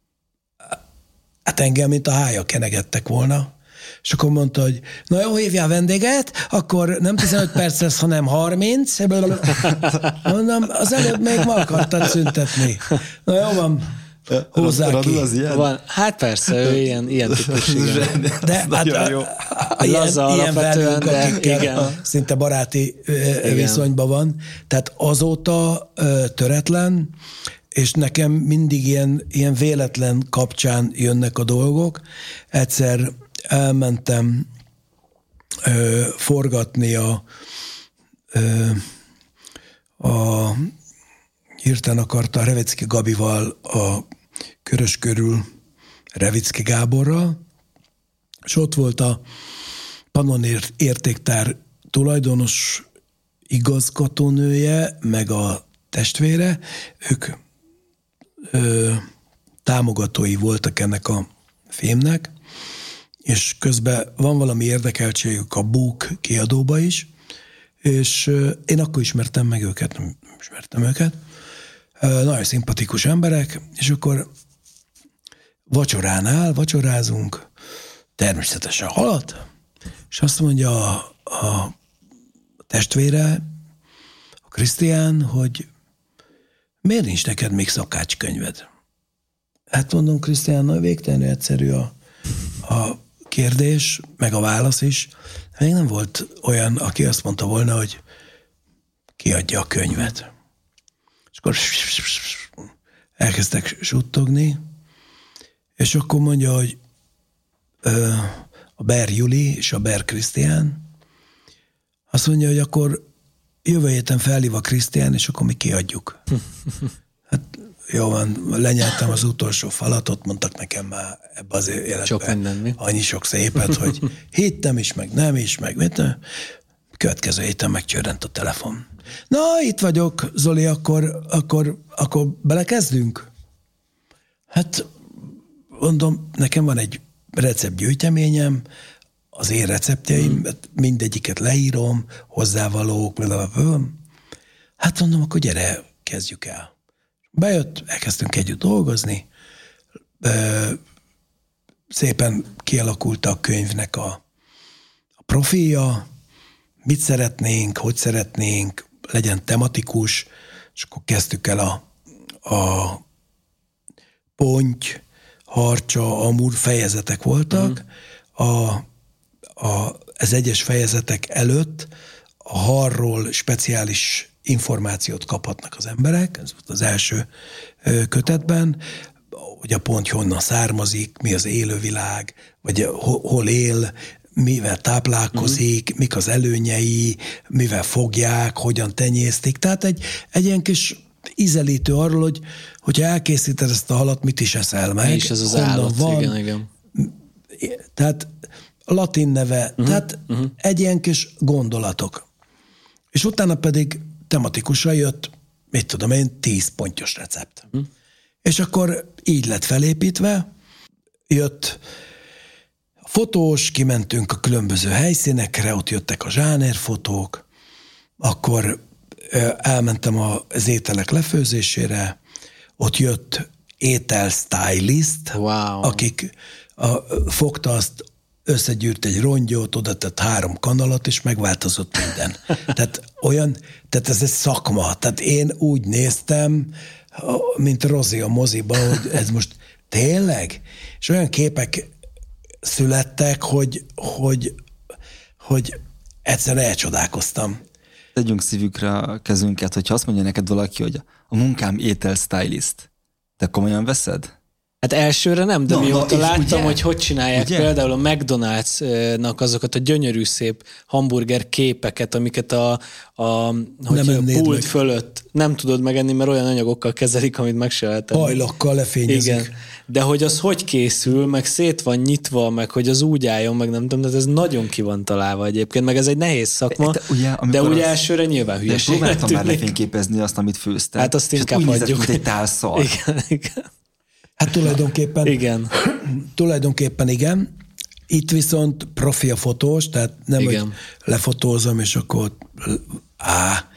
Hát engem, mint a hája kenegettek volna, és akkor mondta, hogy na jó, hívjál vendéget, akkor nem tizenöt perc lesz, hanem harminc. Mondom, az előbb még ma akartad szüntetni. Na jó van, hozzá ki. Van. Hát persze, ő ilyen, ilyen típus, igen. De hát a, a, ilyen, ilyen velünk, de akikkel igen. Szinte baráti igen. viszonyban van. Tehát azóta töretlen, és nekem mindig ilyen, ilyen véletlen kapcsán jönnek a dolgok. Egyszer elmentem ö, forgatni a, ö, a hirtelen akarta Revicki Gabival a Körös körül Revicki Gáborral, és ott volt a Pannon értéktár tulajdonos igazgatónője, meg a testvére, ők ö, támogatói voltak ennek a filmnek, és közben van valami érdekeltségük a Búk kiadóba is, és én akkor ismertem meg őket, nem ismertem őket. Nagyon szimpatikus emberek, és akkor vacsoránál, vacsorázunk, természetesen halat, és azt mondja a, a testvére, a Krisztián, hogy miért nincs neked még szakácskönyved? Hát mondom, Krisztián, végtelenül egyszerű a, a kérdés, meg a válasz is. Még nem volt olyan, aki azt mondta volna, hogy kiadja a könyvet. És akkor elkezdtek suttogni, és akkor mondja, hogy ö, a Ber Juli és a Ber Krisztián azt mondja, hogy akkor jövő héten felhív a Krisztián, és akkor mi kiadjuk. Hát jó van, lenyeltem az utolsó falat, ott mondtak nekem már ebbe az életben sok minden, annyi sok szépet, hogy hittem is, meg nem is, meg mit. Következő héten megcsörrent a telefon. Na, itt vagyok, Zoli, akkor, akkor, akkor belekezdünk? Hát mondom, nekem van egy receptgyűjteményem, az én receptjeim, hmm. mindegyiket leírom, hozzávalók, blablabla. Hát mondom, akkor gyere, kezdjük el. Bejött, elkezdtünk együtt dolgozni, szépen kialakult a könyvnek a, a profilja, mit szeretnénk, hogy szeretnénk, legyen tematikus, és akkor kezdtük el a, a ponty, harcsa, amúr fejezetek voltak. Mm. A, a, az egyes fejezetek előtt a harról speciális információt kaphatnak az emberek, ez volt az első kötetben, hogy a ponty honnan származik, mi az élővilág, vagy hol él, mivel táplálkozik, uh-huh. mik az előnyei, mivel fogják, hogyan tenyésztik. Tehát egy, egy ilyen kis ízelítő arról, hogy hogyha elkészíted ezt a halat, mit is eszel meg. Mi is ez az állat, van. Igen, igen. Tehát latin neve, uh-huh. tehát uh-huh. egy ilyen kis gondolatok. És utána pedig tematikusan jött, mit tudom én, tíz pontyos recept. Uh-huh. És akkor így lett felépítve, jött fotós, kimentünk a különböző helyszínekre, ott jöttek a zsánerfotók, akkor elmentem az ételek lefőzésére, ott jött ételstylist, wow. akik a, fogta azt, összegyűrt egy rongyot, oda tett három kanalat, és megváltozott minden. Tehát olyan, tehát ez egy szakma. Tehát én úgy néztem, mint Rozi a moziba, hogy ez most tényleg? És olyan képek születtek, hogy, hogy, hogy egyszerűen elcsodálkoztam. Tegyünk szívükre a kezünket, hogyha azt mondja neked valaki, hogy a munkám ételstylist, te komolyan veszed? Hát elsőre nem, de no, mióta no, láttam, ugye? hogy hogy csinálják ugye? Például a McDonald's-nak azokat a gyönyörű szép hamburger képeket, amiket a, a, hogy a pult meg. Fölött nem tudod megenni, mert olyan anyagokkal kezelik, amit meg se lehet enni. Hajlakkal lefényezik. Igen. De hogy az hogy készül, meg szét van nyitva, meg hogy az úgy álljon, meg nem tudom, de ez nagyon ki van találva egyébként, meg ez egy nehéz szakma, de, ugye, de úgy elsőre nyilván hülyeség. Próbáltam már lefényképezni azt, amit főztem. Hát azt inkább hagyjuk. Úgy nézett, mint egy tálszal. Igen, igen. Hát tulajdonképpen igen. tulajdonképpen igen. Itt viszont profi a fotós, tehát nem, igen. hogy lefotózom, és akkor á,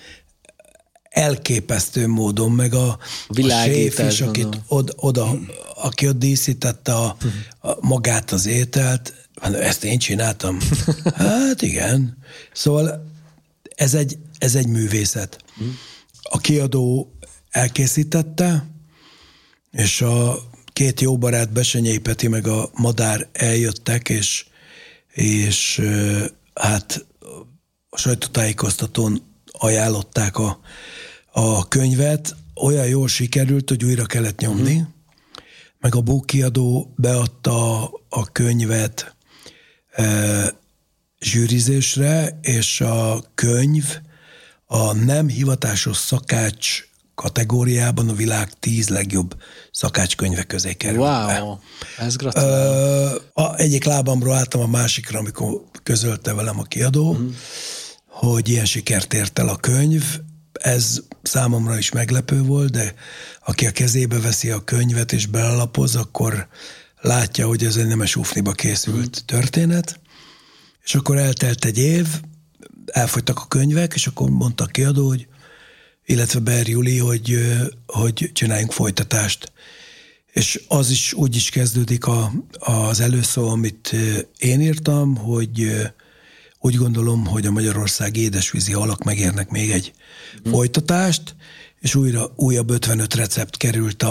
elképesztő módon, meg a, a séf is, akit oda, oda, aki ott díszítette a, a, magát az ételt, ezt én csináltam. Hát igen. Szóval ez egy, ez egy művészet. A kiadó elkészítette, és a két jó barát, Besenyei Peti meg a Madár eljöttek, és, és hát a sajtótájékoztatón ajánlották a, a könyvet. Olyan jól sikerült, hogy újra kellett nyomni, mm. meg a bókiadó beadta a könyvet e, zsűrizésre, és a könyv a nem hivatásos szakács kategóriában a világ tíz legjobb szakácskönyve közé kerül. Wow, ez gratulálok. Uh, egyik lábamról álltam a másikra, amikor közölte velem a kiadó, mm. hogy ilyen sikert ért el a könyv. Ez számomra is meglepő volt, de aki a kezébe veszi a könyvet és belelapoz, akkor látja, hogy ez egy nemes ufniba készült mm. történet. És akkor eltelt egy év, elfogytak a könyvek, és akkor mondta a kiadó, hogy illetve Ber Juli, hogy, hogy csináljunk folytatást. És az is úgy is kezdődik a, az előszó, amit én írtam, hogy úgy gondolom, hogy a magyarországi édesvízi halak megérnek még egy mm. folytatást, és újra újabb ötvenöt recept került a,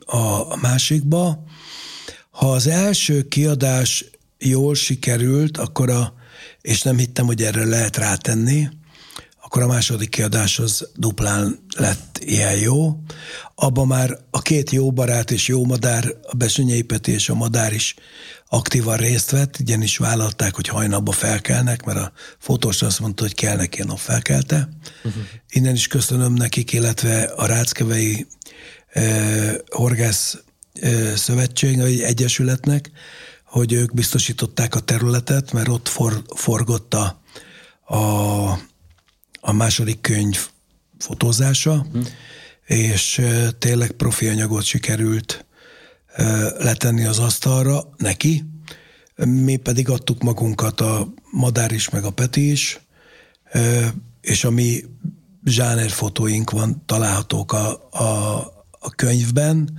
a másikba. Ha az első kiadás jól sikerült, akkor a, és nem hittem, hogy erre lehet rátenni, akkor a második kiadás az duplán lett ilyen jó. Abban már a két jó barát és jó madár, a Bessenyei Peti és a madár is aktívan részt vett, ugyanis vállalták, hogy hajnalba felkelnek, mert a fotós azt mondta, hogy kell neki a nap felkelte. Uh-huh. Innen is köszönöm nekik, illetve a Ráckevei eh, Horgász eh, Szövetség, vagy Egyesületnek, hogy ők biztosították a területet, mert ott for, forgott a, a, a második könyv fotózása, uh-huh. és eh, tényleg profi anyagot sikerült letenni az asztalra neki, mi pedig adtuk magunkat, a madár is, meg a Peti is, és a mi zsánerfotóink van, találhatók a, a, a könyvben.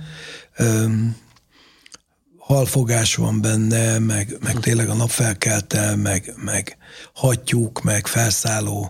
Halfogás van benne, meg, meg tényleg a napfelkelte, meg, meg hattyúk, meg felszálló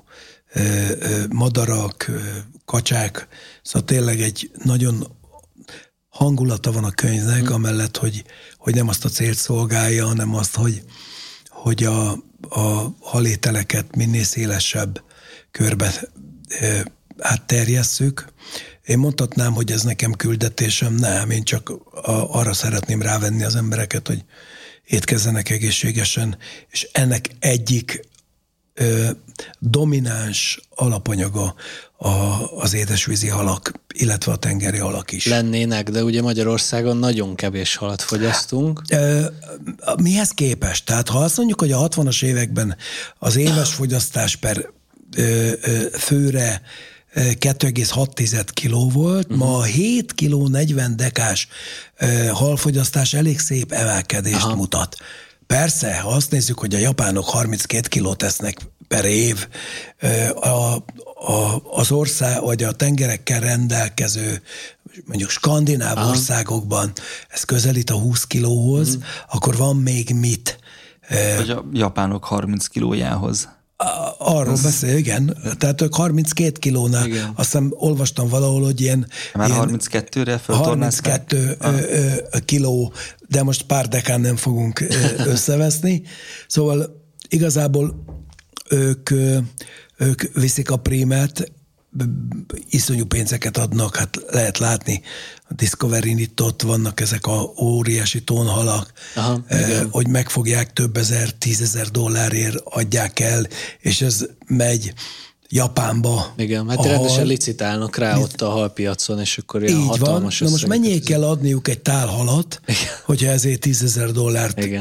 madarak, kacsák, szóval tényleg egy nagyon hangulata van a könyvnek, hmm. amellett, hogy, hogy nem azt a célt szolgálja, hanem azt, hogy, hogy a, a halételeket minél szélesebb körbe e, átterjesszük. Én mondhatnám, hogy ez nekem küldetésem, nem, én csak a, arra szeretném rávenni az embereket, hogy étkezzenek egészségesen, és ennek egyik ö, domináns alapanyaga a, az édesvízi halak, illetve a tengeri halak is. Lennének, de ugye Magyarországon nagyon kevés halat fogyasztunk. Ö, mihez képest? Tehát ha azt mondjuk, hogy a hatvanas években az éves fogyasztás per ö, ö, főre kettő egész hat kiló volt, uh-huh. ma a hét kiló negyven dekás ö, halfogyasztás elég szép emelkedést Aha. mutat. Persze, ha azt nézzük, hogy a japánok harminckét kilót tesznek per év, a, a, az ország, vagy a tengerekkel rendelkező, mondjuk skandináv Aha. országokban ez közelít a húsz kilóhoz, mm. akkor van még mit. Vagy a japánok harminc kilójához. Arról az... beszél, igen. Tehát ők harminckét kilónál, igen. Azt hiszem olvastam valahol, hogy ilyen... Már ilyen harminckettőre föltornázták? harminckettő ah. kiló, de most pár dekán nem fogunk összeveszni. Szóval igazából ők, ők viszik a prímet, iszonyú pénzeket adnak, hát lehet látni, a Discovery-n itt ott vannak ezek a óriási tónhalak, Aha, hogy megfogják több ezer, tízezer dollárért adják el, és ez megy Japánba. Igen, hát rendesen hal... licitálnak rá ott a halpiacon, és akkor ilyen így hatalmas van. Na most mennyiért kell adniuk egy tál halat, Igen. hogyha ezért tízezer dollárt Igen.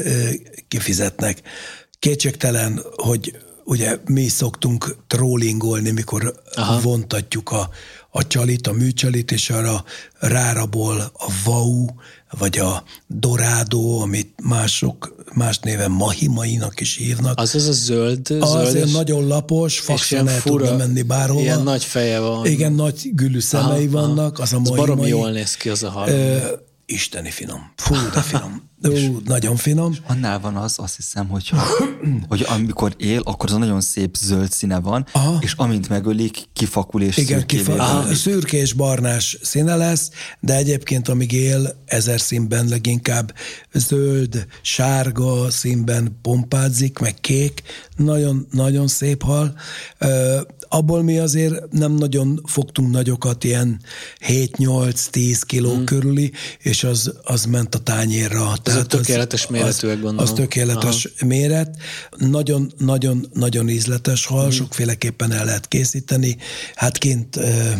kifizetnek. Kétségtelen, hogy ugye mi szoktunk trollingolni, mikor Aha. vontatjuk a, a csalit, a műcsalit, és arra rárabol a vau, vagy a dorádó, amit mások más néven mahimainak is hívnak. Az az a zöld, az zöldes, nagyon lapos, faxon el tudna menni bárhova. Ilyen nagy feje van. Igen, nagy gülű szemei aha, vannak. Aha. Az a mahimai. Baromi jól néz ki az a hal. Ö, isteni finom. Fú, de finom. Ó, nagyon finom. Annál van az, azt hiszem, hogy, hogy amikor él, akkor az a nagyon szép zöld színe van, Aha. és amint megölik, kifakul és Igen, kifa- szürkés barnás színe lesz, de egyébként amíg él, ezer színben leginkább zöld, sárga színben pompázik, meg kék, nagyon, nagyon szép hal. Uh, abból mi azért nem nagyon fogtunk nagyokat, ilyen hét-nyolc-tíz kiló hmm. körüli, és az, az ment a tányérra. Ez a tökéletes méretűek, gondolom. Az tökéletes Aha. méret. Nagyon-nagyon-nagyon ízletes hal, hmm. sokféleképpen el lehet készíteni. Hát kint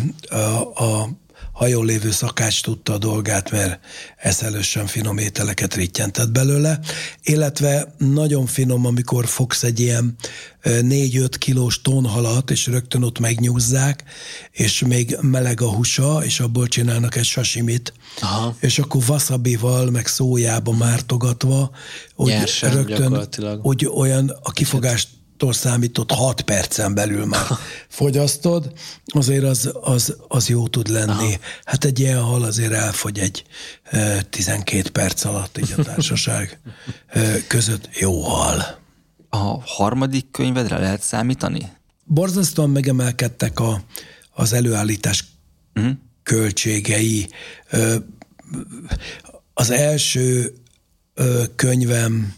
a, a hajón lévő szakács tudta a dolgát, mert eszelősen finom ételeket rittyentett belőle, illetve nagyon finom, amikor fogsz egy ilyen négy-öt kilós tonhalat, és rögtön ott megnyúzzák, és még meleg a húsa, és abból csinálnak egy sasimit, Aha. és akkor wasabival, meg szójába mártogatva, úgy Nyersen, rögtön úgy olyan a kifogást számított hat percen belül már fogyasztod, azért az, az, az jó tud lenni. Aha. Hát egy ilyen hal azért elfogy egy e, tizenkét perc alatt így a társaság e, között. Jó hal. A harmadik könyvedre lehet számítani? Borzasztóan megemelkedtek a, az előállítás uh-huh. költségei. E, az első könyvem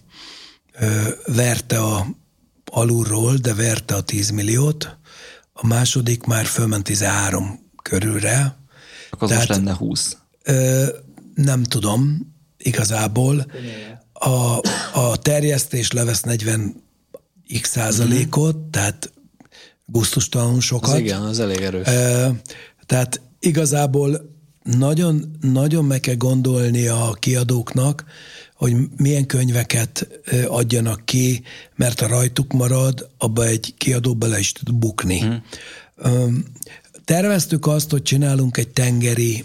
verte a alulról, de verte a tíz milliót, a második már fölment tizenhárom körülre. Akkor az most lenne húsz. Ö, nem tudom, igazából. A, a terjesztés levesz negyven x százalékot, mm-hmm. tehát gusztustalanul sokat. Az igen, az elég erős. Ö, tehát igazából nagyon, nagyon meg kell gondolni a kiadóknak, hogy milyen könyveket adjanak ki, mert ha rajtuk marad, abba egy kiadó bele is tud bukni. Mm. Terveztük azt, hogy csinálunk egy tengeri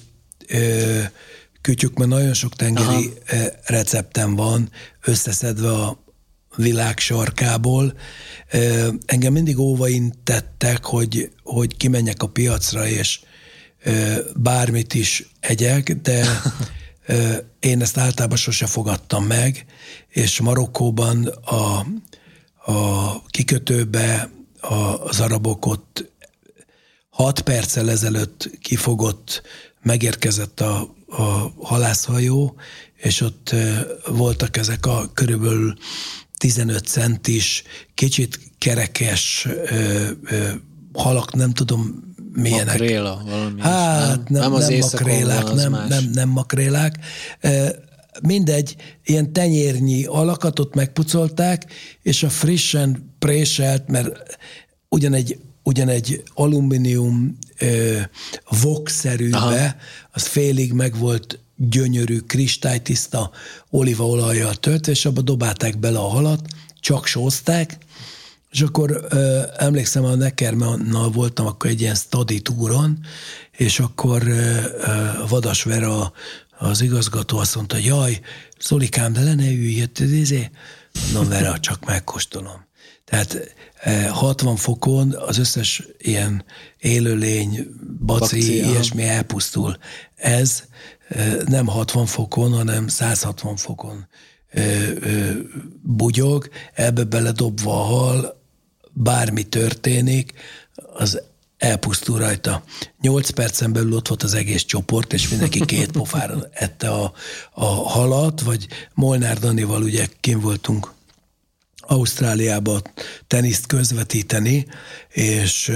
kütyük, mert nagyon sok tengeri Aha. receptem van, összeszedve a világ sarkából. Engem mindig óvaintettek, hogy, hogy kimenjek a piacra, és bármit is egyek, de én ezt általában sose fogadtam meg, és Marokkóban a, a kikötőbe az arabok ott hat perccel ezelőtt kifogott, megérkezett a, a halászhajó, és ott voltak ezek a körülbelül tizenöt centis, kicsit kerekes ö, ö, halak, nem tudom milyenek. Makréla valami. Hát nem, nem, nem, nem makrélák, nem, nem, nem makrélák. Mindegy, ilyen tenyérnyi alakat ott megpucolták, és a frissen préselt, mert ugyanegy, ugyanegy alumínium vokszerűbe, az félig meg volt gyönyörű, kristálytiszta olívaolajjal töltve, és abba dobálták bele a halat, csak sózták, és akkor ö, emlékszem, a Neckermannnal voltam akkor egy ilyen study túron, és akkor ö, ö, Vadas Vera, az igazgató azt mondta, jaj, Zolikám, de le ne ülj, izé. Mondom, Vera, csak megkóstolom. Tehát hatvan fokon az összes ilyen élőlény, baci, Bakcia. Ilyesmi elpusztul. Ez nem hatvan fokon, hanem száz hatvan fokon bugyog, ebbe beledobva a hal, bármi történik, az elpusztul rajta. Nyolc percen belül ott volt az egész csoport, és mindenki két pofára ette a, a halat, vagy Molnár Danival ugye kint voltunk Ausztráliába teniszt közvetíteni, és,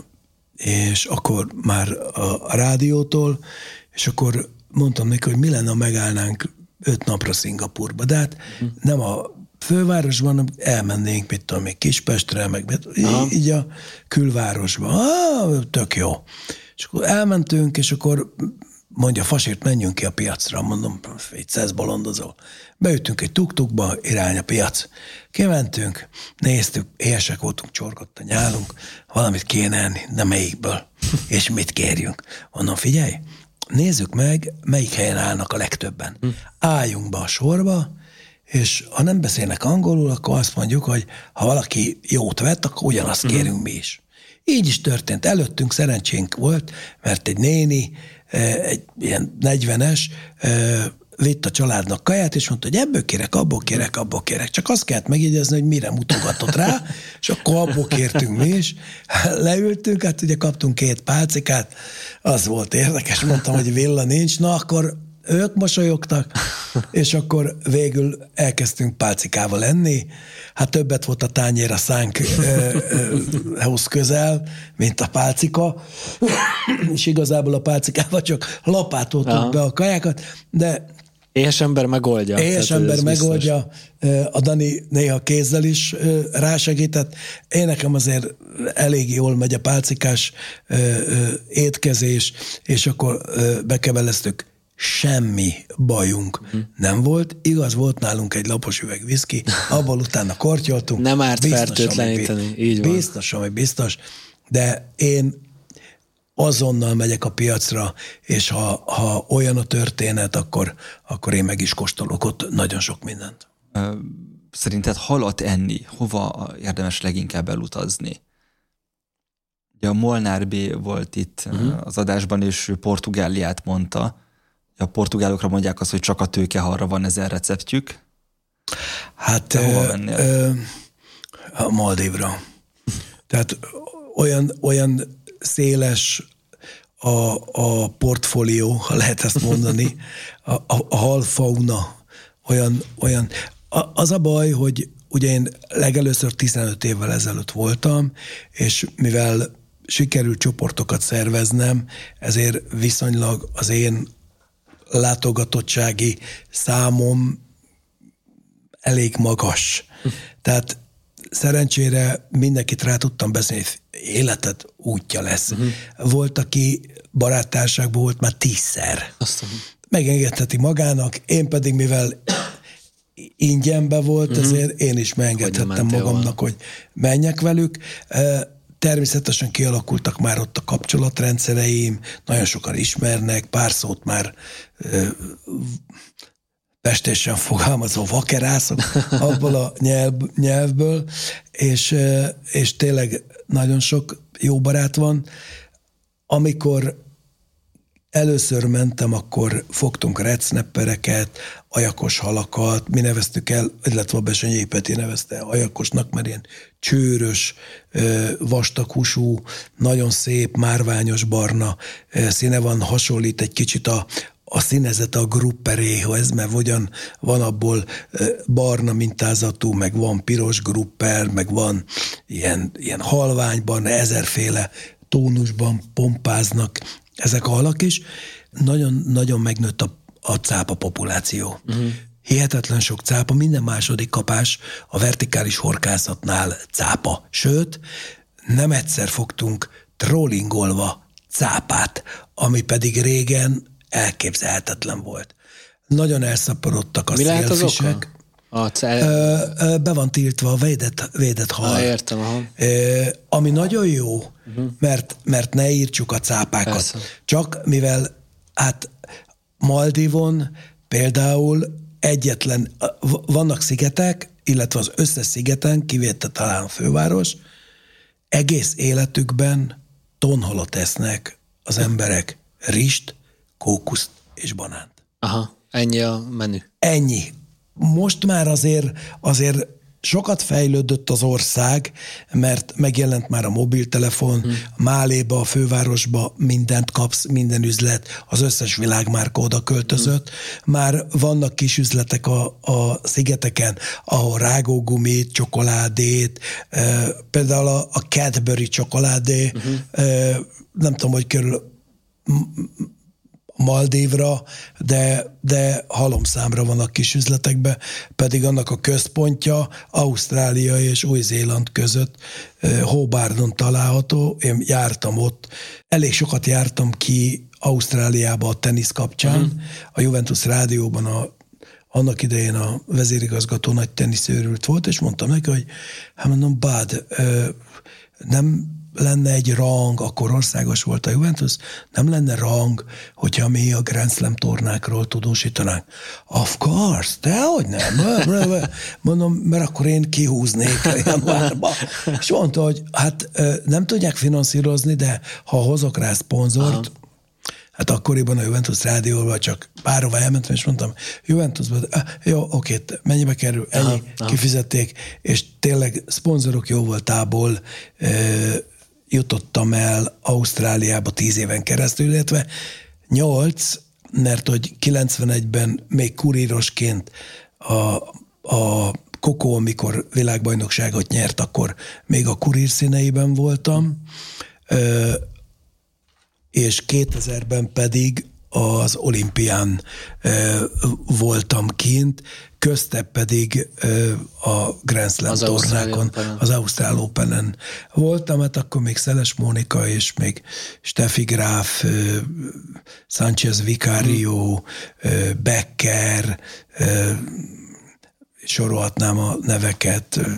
és akkor már a rádiótól, és akkor mondtam neki, hogy mi lenne, ha megállnánk öt napra Szingapurba. De hát uh-huh. nem a fővárosban, hanem elmennénk, mit tudom, még Kispestre, meg így, így a külvárosba. Ah, tök jó. És akkor elmentünk, és akkor mondja, Fasért, menjünk ki a piacra. Mondom, vicces, bolondozol. Beütünk egy tuk-tukba, irány a piac. Kimentünk, néztük, éhesek voltunk, csorgott a nyálunk, valamit kéne enni, de melyikből? És mit kérjünk? Mondom, figyelj, nézzük meg, melyik helyen állnak a legtöbben. Hm. Álljunk be a sorba, és ha nem beszélnek angolul, akkor azt mondjuk, hogy ha valaki jót vett, akkor ugyanazt kérünk hm. mi is. Így is történt. Előttünk szerencsénk volt, mert egy néni, egy ilyen negyvenes, vitt a családnak kaját, és mondta, hogy ebből kérek, abból kérek, abból kérek. Csak azt kellett megjegyezni, hogy mire mutogatott rá, és akkor abból kértünk mi is. Leültünk, hát ugye kaptunk két pálcikát, az volt érdekes, mondtam, hogy villa nincs, na akkor ők mosolyogtak, és akkor végül elkezdtünk pálcikával enni. Hát többet volt a tányér a szánkhoz közel, mint a pálcika, és igazából a pálcikával csak lapátoltuk be a kajákat, de éhes ember megoldja. Éhes ember megoldja. Biztos. A Dani néha kézzel is rásegített. Én nekem azért elég jól megy a pálcikás étkezés, és akkor bekebeleztük. Semmi bajunk uh-huh. nem volt. Igaz, volt nálunk egy lapos üveg viszki, abból utána kortyoltunk. Nem árt fertőtleníteni, így van. Biztos, ami biztos. De én azonnal megyek a piacra, és ha, ha olyan a történet, akkor, akkor én meg is kóstolok ott nagyon sok mindent. Szerinted halat enni, hova érdemes leginkább elutazni? Ugye a Molnár B. volt itt uh-huh. az adásban, és ő Portugáliát mondta. A portugálokra mondják azt, hogy csak a tőkehalra van ezer receptjük. Hát hova ö, a Maldívra. Tehát olyan, olyan széles a, a portfólió, ha lehet ezt mondani, a, a, a halfauna olyan, olyan. A, az a baj, hogy ugye én legelőször tizenöt évvel ezelőtt voltam, és mivel sikerült csoportokat szerveznem, ezért viszonylag az én látogatottsági számom elég magas. Tehát szerencsére mindenkit rá tudtam beszélni, hogy életed útja lesz. Uh-huh. Volt, aki baráttárságban volt már tízszer. Aztán. Megengedheti magának, én pedig, mivel ingyenbe volt, uh-huh. ezért én is megengedhettem magamnak, hogy menjek velük. Természetesen kialakultak már ott a kapcsolatrendszereim, nagyon sokan ismernek, pár szót már pestésen fogalmazó vakerászok abból a nyelv, nyelvből, és, és tényleg nagyon sok jó barát van. Amikor először mentem, akkor fogtunk redsnappereket, ajakos halakat, mi neveztük el, illetve a Besenyei Peti nevezte ajakosnak, mert ilyen csőrös, vastaghúsú, nagyon szép, márványos barna színe van, hasonlít egy kicsit a, a színezet a grupperéhoz, mert ugyan van abból barna mintázatú, meg van piros grupper, meg van ilyen, ilyen halványban, ezerféle tónusban pompáznak ezek a halak is. Nagyon-nagyon megnőtt a, a cápa populáció. Uh-huh. Hihetetlen sok cápa, minden második kapás a vertikális horgászatnál cápa. Sőt, nem egyszer fogtunk trollingolva cápát, ami pedig régen elképzelhetetlen volt. Nagyon elszaporodtak a szélfisek. Be van tiltva a védett, védett hal. Ah, értem, aha. Ami nagyon jó, uh-huh. mert, mert ne írtsuk a cápákat. Persze. Csak mivel hát Maldivon például egyetlen, vannak szigetek, illetve az összes szigeten, kivéve talán a főváros, egész életükben tonhalat esznek az emberek, rist, kókuszt és banánt. Aha, ennyi a menü. Ennyi. Most már azért, azért sokat fejlődött az ország, mert megjelent már a mobiltelefon, hmm. Máléba, a fővárosba mindent kapsz, minden üzlet, az összes világmárka oda költözött. Hmm. Már vannak kis üzletek a, a szigeteken, ahol rágógumit, csokoládét, eh, például a, a Cadbury csokoládé, hmm. eh, nem tudom, hogy körül Maldívra, de, de halomszámra van a kis üzletekben, pedig annak a központja Ausztrália és Új-Zéland között Hobarton található. Én jártam ott, elég sokat jártam ki Ausztráliába a tenisz kapcsán. Uh-huh. A Juventus rádióban a, annak idején a vezérigazgató nagy teniszőrült volt, és mondtam neki, hogy hát mondom, Bud, nem lenne egy rang, akkor országos volt a Juventus, nem lenne rang, hogyha mi a Grand Slam tornákról tudósítanánk. Of course, dehogy nem. Mondom, mert akkor én kihúznék januárba. És mondta, hogy hát nem tudják finanszírozni, de ha hozok rá szponzort, aha. Hát akkoriban a Juventus rádióban csak bárhova elmentem, és mondtam, Juventusban, ah, jó, oké, mennyibe kerül, ennyi, aha, aha. Kifizették, és tényleg szponzorok jó voltából eh, jutottam el Ausztráliába tíz éven keresztül, illetve nyolc, mert hogy kilencvenegyben még kurírosként a, a Kokó, amikor világbajnokságot nyert, akkor még a kurír színeiben voltam, eh, és kétezerben pedig az olimpián e, voltam kint, közte pedig e, a Grand Slam az tornákon, az Ausztrál Openen voltam, hát akkor még Szeles Mónika és még Steffi Graf, e, Sánchez Vicario, e, Becker, e, sorolhatnám a neveket, e,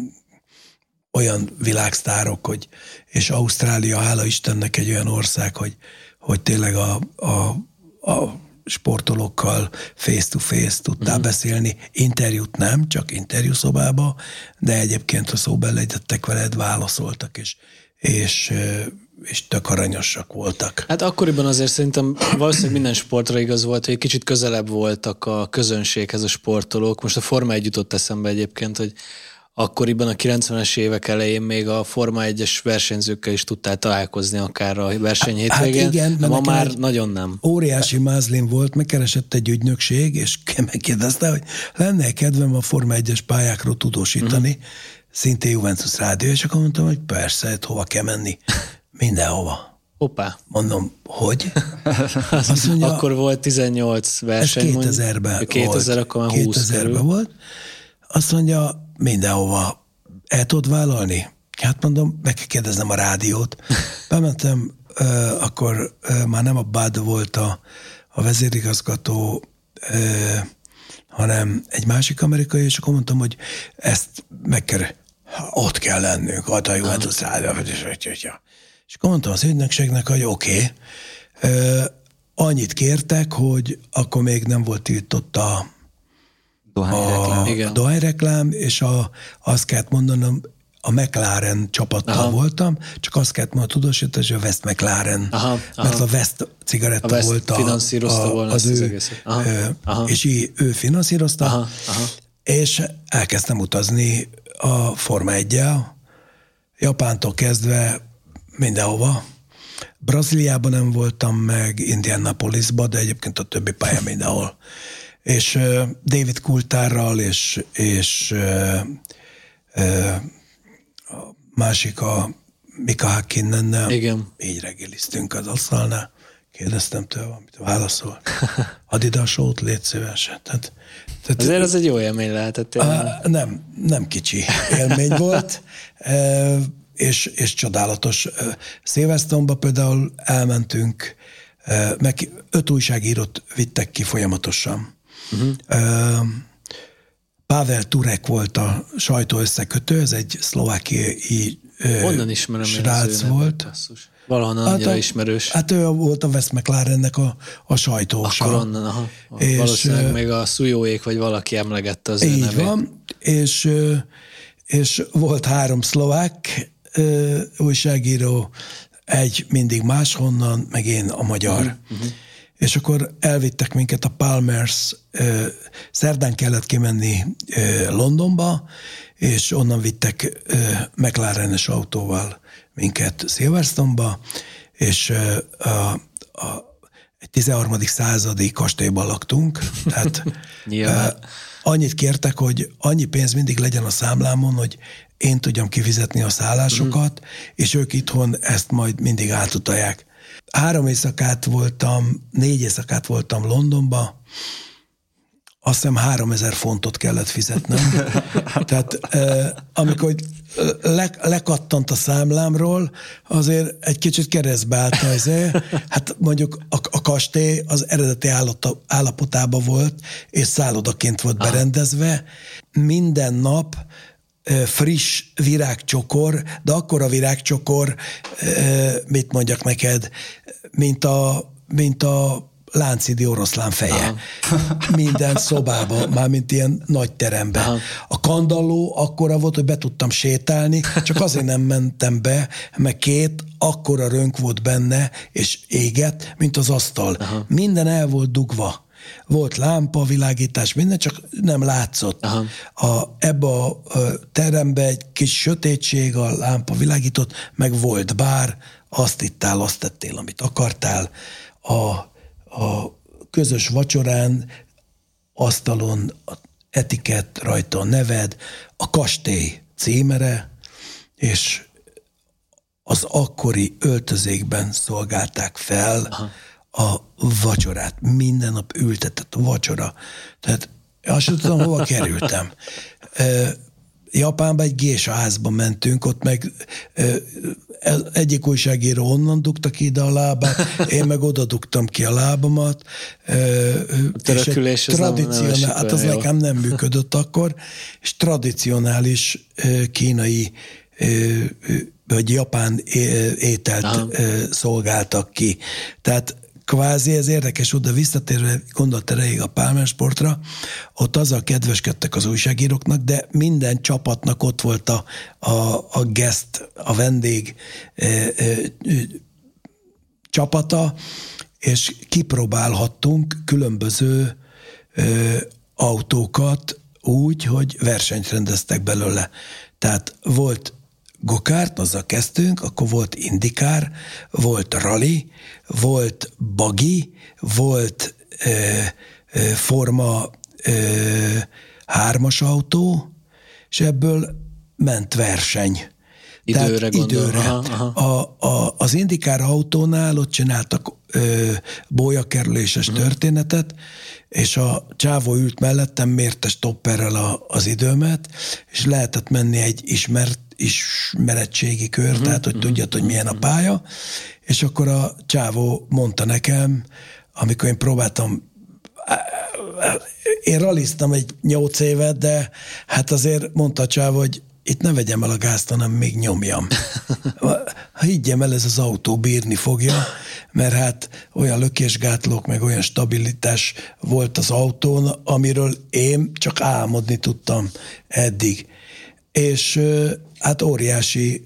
olyan világsztárok, hogy, és Ausztrália, hála Istennek, egy olyan ország, hogy, hogy tényleg a, a, a sportolókkal face-to-face tudtál mm. beszélni. Interjút nem, csak interjúszobába, de egyébként, ha szóba lejtettek veled, válaszoltak, és, és, és tök aranyosak voltak. Hát akkoriban azért szerintem valószínűleg minden sportra igaz volt, hogy egy kicsit közelebb voltak a közönséghez a sportolók. Most a Forma egy jutott eszembe egyébként, hogy akkoriban a kilencvenes évek elején még a Forma egyes versenyzőkkel is tudtál találkozni akár a verseny hétvégén. Hát igen, ma már nagyon nem. Óriási mázlim volt, megkeresett egy ügynökség, és megkérdezte, hogy lenne kedvem a Forma egyes pályákról tudósítani, uh-huh. szintén Juventus Rádió, és akkor mondtam, hogy persze, hát hova kell menni? Mindenhova. Hoppá. Mondom, hogy? Azt mondja, akkor volt tizennyolc verseny. Ez kétezerben kétezer, volt. Akkor már húsz kétezerben volt. Azt mondja, mindenhova el tudod vállalni? Hát mondom, meg kell kérdeznem a rádiót. Bementem, euh, akkor euh, már nem a Bud volt a, a vezérigazgató, euh, hanem egy másik amerikai, és akkor mondtam, hogy ezt meg kell, ott kell lennünk, ott a Juventus Rádió. És akkor mondtam az ügynökségnek, hogy oké, okay. Annyit kértek, hogy akkor még nem volt tiltott a dohányreklám, a dohányreklám, és a, azt kellett mondanom, a McLaren csapattal aha. voltam, csak azt kellett mondani, tudósítani, hogy a West McLaren, aha, aha. mert a West cigaretta a West volt a, finanszírozta a, az, az ő, aha, aha. és így ő finanszírozta, aha, aha. és elkezdtem utazni a Forma egyel, Japántól kezdve mindenhova. Brazíliában nem voltam meg, Indianapolisban, de egyébként a többi pálya mindenhol. És uh, David Coulthardral és, és uh, uh, a másik a Mika Häkkinennel így reggeliztünk az asztalnál. Kérdeztem tőle valamit, válaszol. Add ide a sót, légy szíves. Tehát, tehát, azért az egy jó élmény lehetett. Uh, nem, nem kicsi élmény volt. Uh, És, és csodálatos. Szilvesztonba például elmentünk, meg öt újságírót vittek ki folyamatosan. Uh-huh. Pavel Turek volt a sajtó összekötő, ez egy szlovákiai Onnan ismerem srác volt. Valahonnan hát annyira a, ismerős. Hát ő volt a West McLarennek a, a sajtósa. Akkor onnan, aha. És valószínűleg még a Szújóék vagy valaki emlegette az ő így nevét. Van, és, és volt három szlovák Ö, újságíró, egy mindig máshonnan, meg én a magyar. Uh-huh. És akkor elvittek minket a Palmers, ö, szerdán kellett kimenni ö, Londonba, és onnan vittek ö, McLaren-es autóval minket Silverstone-ba, és ö, a, a, egy tizenharmadik századi kastélyban laktunk, tehát ö, annyit kértek, hogy annyi pénz mindig legyen a számlámon, hogy én tudjam kifizetni a szállásokat, uh-huh. és ők itthon ezt majd mindig átutalják. Három éjszakát voltam, négy éjszakát voltam Londonba, azt hiszem háromezer fontot kellett fizetnem. Tehát eh, amikor le, lekattant a számlámról, azért egy kicsit keresztbe állt azért. Hát mondjuk a, a kastély az eredeti állata, állapotában volt, és szállodaként volt ah. berendezve. Minden nap friss virágcsokor, de akkor a virágcsokor, mit mondjak neked, mint a, mint a Láncidi oroszlán feje. Aha. Minden szobában, mármint ilyen nagy teremben. Aha. A kandalló akkora volt, hogy be tudtam sétálni, csak azért nem mentem be, mert két akkora rönk volt benne, és égett, mint az asztal. Aha. Minden el volt dugva. Volt lámpa, világítás, minden, csak nem látszott. Aha. A, ebbe a terembe egy kis sötétség, a lámpa világított, meg volt bár, azt ittál, azt tettél, amit akartál. A, a közös vacsorán, asztalon a etikett, rajta a neved, a kastély címere, és az akkori öltözékben szolgálták fel aha. a vacsorát. Minden nap ültetett a vacsora. Tehát azt sem tudom, hova kerültem. Japánba egy gésa házba mentünk, ott meg egyik újságíró onnan dugta ki ide a lábát, én meg oda dugtam ki a lábamat. A törökülés az tradicionál, nem, hát az jó. Nekem nem működött akkor, és tradicionális kínai vagy japán ételt aha. szolgáltak ki. Tehát kvázi ez érdekes, oda visszatérve gondolt erejéig a Palmer Sportra, ott azzal kedveskedtek az újságíróknak, de minden csapatnak ott volt a, a, a guest, a vendég e, e, csapata, és kipróbálhattunk különböző e, autókat úgy, hogy versenyt rendeztek belőle. Tehát volt gokárt, azzal kezdtünk, akkor volt indikár, volt rally, volt buggy, volt ö, ö, forma ö, hármas autó, és ebből ment verseny. Időre Tehát gondolom. időre. Aha, aha. A, a, az indikár autónál ott csináltak ö, bólyakerüléses uh-huh. történetet, és a csávó ült mellettem, mérte stopperrel a, az időmet, és lehetett menni egy ismert, ismeretségi kör, uh-huh. tehát hogy uh-huh. tudjad, hogy milyen a pálya, és akkor a csávó mondta nekem, amikor én próbáltam, én raliztam egy nyolc évet, de hát azért mondta a csávó, hogy itt ne vegyem el a gázt, hanem még nyomjam. Higgyem el, ez az autó bírni fogja, mert hát olyan lökésgátlók, meg olyan stabilitás volt az autón, amiről én csak álmodni tudtam eddig. És hát óriási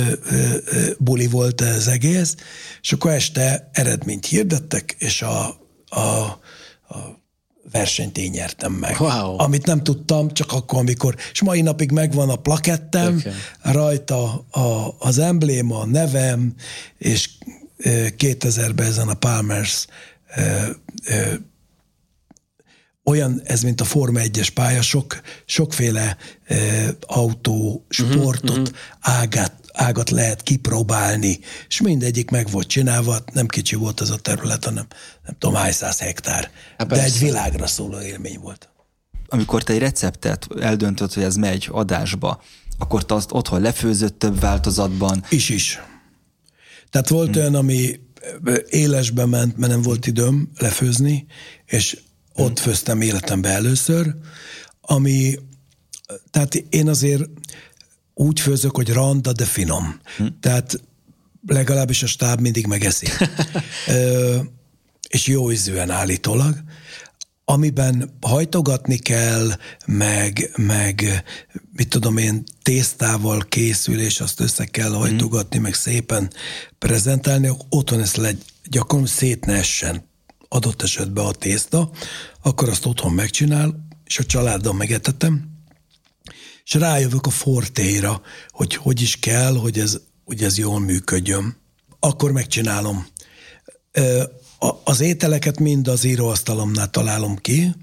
buli volt ez egész, és akkor este eredményt hirdettek, és a, a, a versenyt én nyertem meg. Wow. Amit nem tudtam, csak akkor, amikor, és mai napig megvan a plakettem, okay. rajta a, az embléma, a nevem, és kétezerben ezen a Palmers ö, ö, olyan, ez mint a Forma egyes pálya, sok, sokféle ö, autó, sportot, uh-huh, uh-huh. ágat, ágat lehet kipróbálni, és mindegyik meg volt csinálva, nem kicsi volt az a terület, hanem nem tudom, hány száz hektár. Hát de egy világra szóló élmény volt. Amikor te egy receptet eldöntöd, hogy ez megy adásba, akkor te azt otthon lefőzött több változatban? Is is. Tehát volt hmm. olyan, ami élesbe ment, mert nem volt időm lefőzni, és hmm. ott főztem életemben először, ami, tehát én azért úgy főzök, hogy randa, de finom. Hmm. Tehát legalábbis a stáb mindig megeszi. Ö, és jó ízűen állítólag. Amiben hajtogatni kell, meg, meg mit tudom én, tésztával készül, és azt össze kell hajtogatni, mm. meg szépen prezentálni, otthon ezt le, gyakorlatilag szét ne essen adott esetben a tészta, akkor azt otthon megcsinál, és a családdal megetetem, és rájövök a fortéra, hogy hogy is kell, hogy ez, hogy ez jól működjön. Akkor megcsinálom. Az ételeket mind az íróasztalomnál találom ki,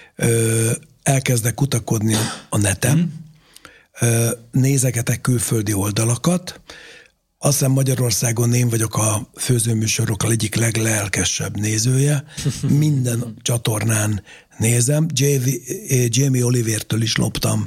elkezdek kutakodni a neten, nézegetek külföldi oldalakat, azt hiszem Magyarországon én vagyok a főzőműsorok egyik leglelkesebb nézője, minden csatornán nézem, Jamie Olivertől is loptam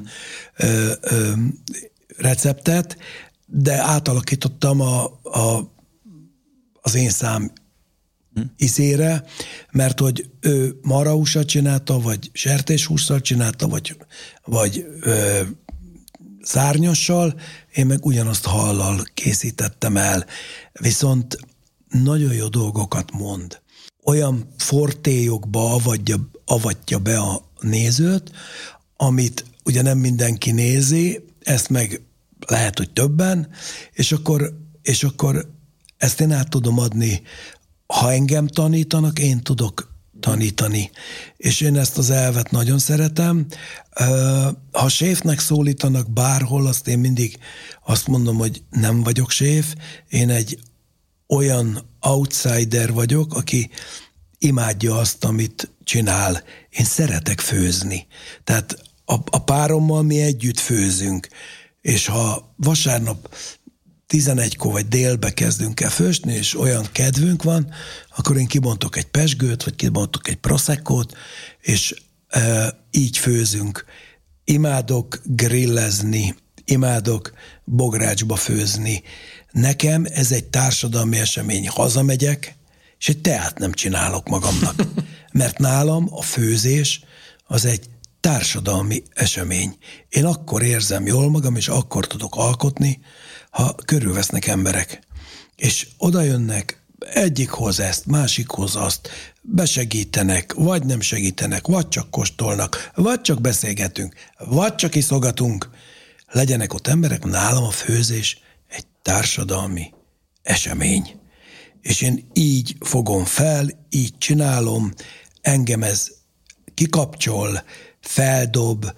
receptet, de átalakítottam a, a, az én szám izére, mert hogy ő marhahússal csinálta, vagy sertéshússal csinálta, vagy, vagy ö, szárnyassal, én meg ugyanazt hallal készítettem el. Viszont nagyon jó dolgokat mond. Olyan fortéjokba avatja, avatja be a nézőt, amit ugye nem mindenki nézi, ezt meg lehet, hogy többen, és akkor, és akkor ezt én át tudom adni. Ha engem tanítanak, én tudok tanítani. És én ezt az elvet nagyon szeretem. Ha séfnek szólítanak bárhol, azt én mindig azt mondom, hogy nem vagyok séf. Én egy olyan outsider vagyok, aki imádja azt, amit csinál. Én szeretek főzni. Tehát a, a párommal mi együtt főzünk. És ha vasárnap tizenegykor vagy délbe kezdünk el fősni, és olyan kedvünk van, akkor én kibontok egy pezsgőt, vagy kibontok egy proseccót, és e, így főzünk. Imádok grillezni, imádok bográcsba főzni. Nekem ez egy társadalmi esemény. Hazamegyek, és egy teát nem csinálok magamnak. Mert nálam a főzés az egy társadalmi esemény. Én akkor érzem jól magam, és akkor tudok alkotni, ha körülvesznek emberek. És oda jönnek, egyik hoz ezt, másik hoz azt, besegítenek, vagy nem segítenek, vagy csak kóstolnak, vagy csak beszélgetünk, vagy csak iszogatunk. Legyenek ott emberek, nálam a főzés egy társadalmi esemény. És én így fogom fel, így csinálom, engem ez kikapcsol, feldob.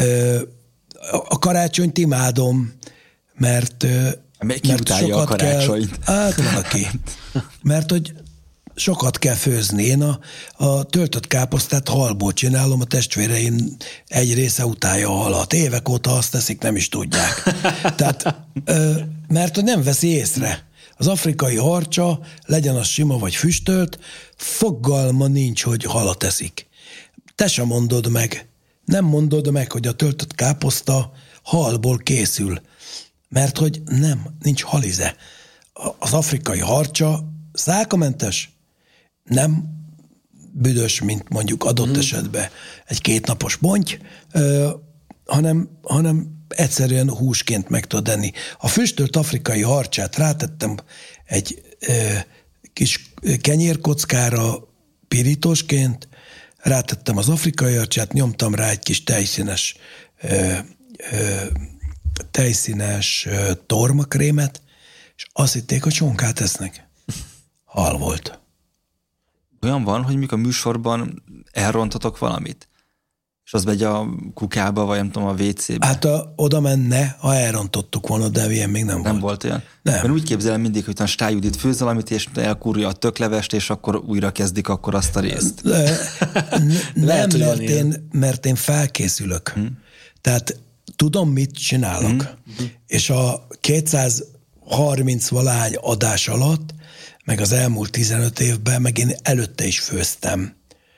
A karácsonyt imádom, mert, mert sokat a kell... Hát valaki. Mert hogy sokat kell főzni. Én a, a töltött káposztát halból csinálom, a testvéreim egy része utálja a halat. Évek óta azt teszik, nem is tudják. Tehát, mert hogy nem veszi észre. Az afrikai harcsa, legyen az sima vagy füstölt, fogalma nincs, hogy halat eszik. Te sem mondod meg. Nem mondod meg, hogy a töltött káposzta halból készül. Mert hogy nem, nincs halize. Az afrikai harcsa szálkamentes, nem büdös, mint mondjuk adott mm. esetben egy kétnapos bonty, hanem, hanem egyszerűen húsként meg tudod enni. A füstölt afrikai harcsát rátettem egy ö, kis kenyérkockára pirítósként, rátettem az afrikai harcsát, nyomtam rá egy kis tejszínes ö, ö, tejszínes ö, tormakrémet, és azt hitték, hogy sonkát esznek. Hal volt. Olyan van, hogy mikor a műsorban elrontatok valamit? És az megy a kukába, vagy nem tudom, a vé cébe? Hát a, oda menne, ha elrontottuk volna, de ilyen még nem, nem volt. Nem volt olyan? Nem. Mert úgy képzelem mindig, hogy Stály Judit főz valamit, és elkúrja a töklevest, és akkor újra kezdik akkor azt a részt. Le, n- Lehet, nem, mert én, mert én felkészülök. Hmm. Tehát tudom, mit csinálok. Hmm. És a kétszázharminc valahány adás alatt, meg az elmúlt tizenöt évben, meg én előtte is főztem.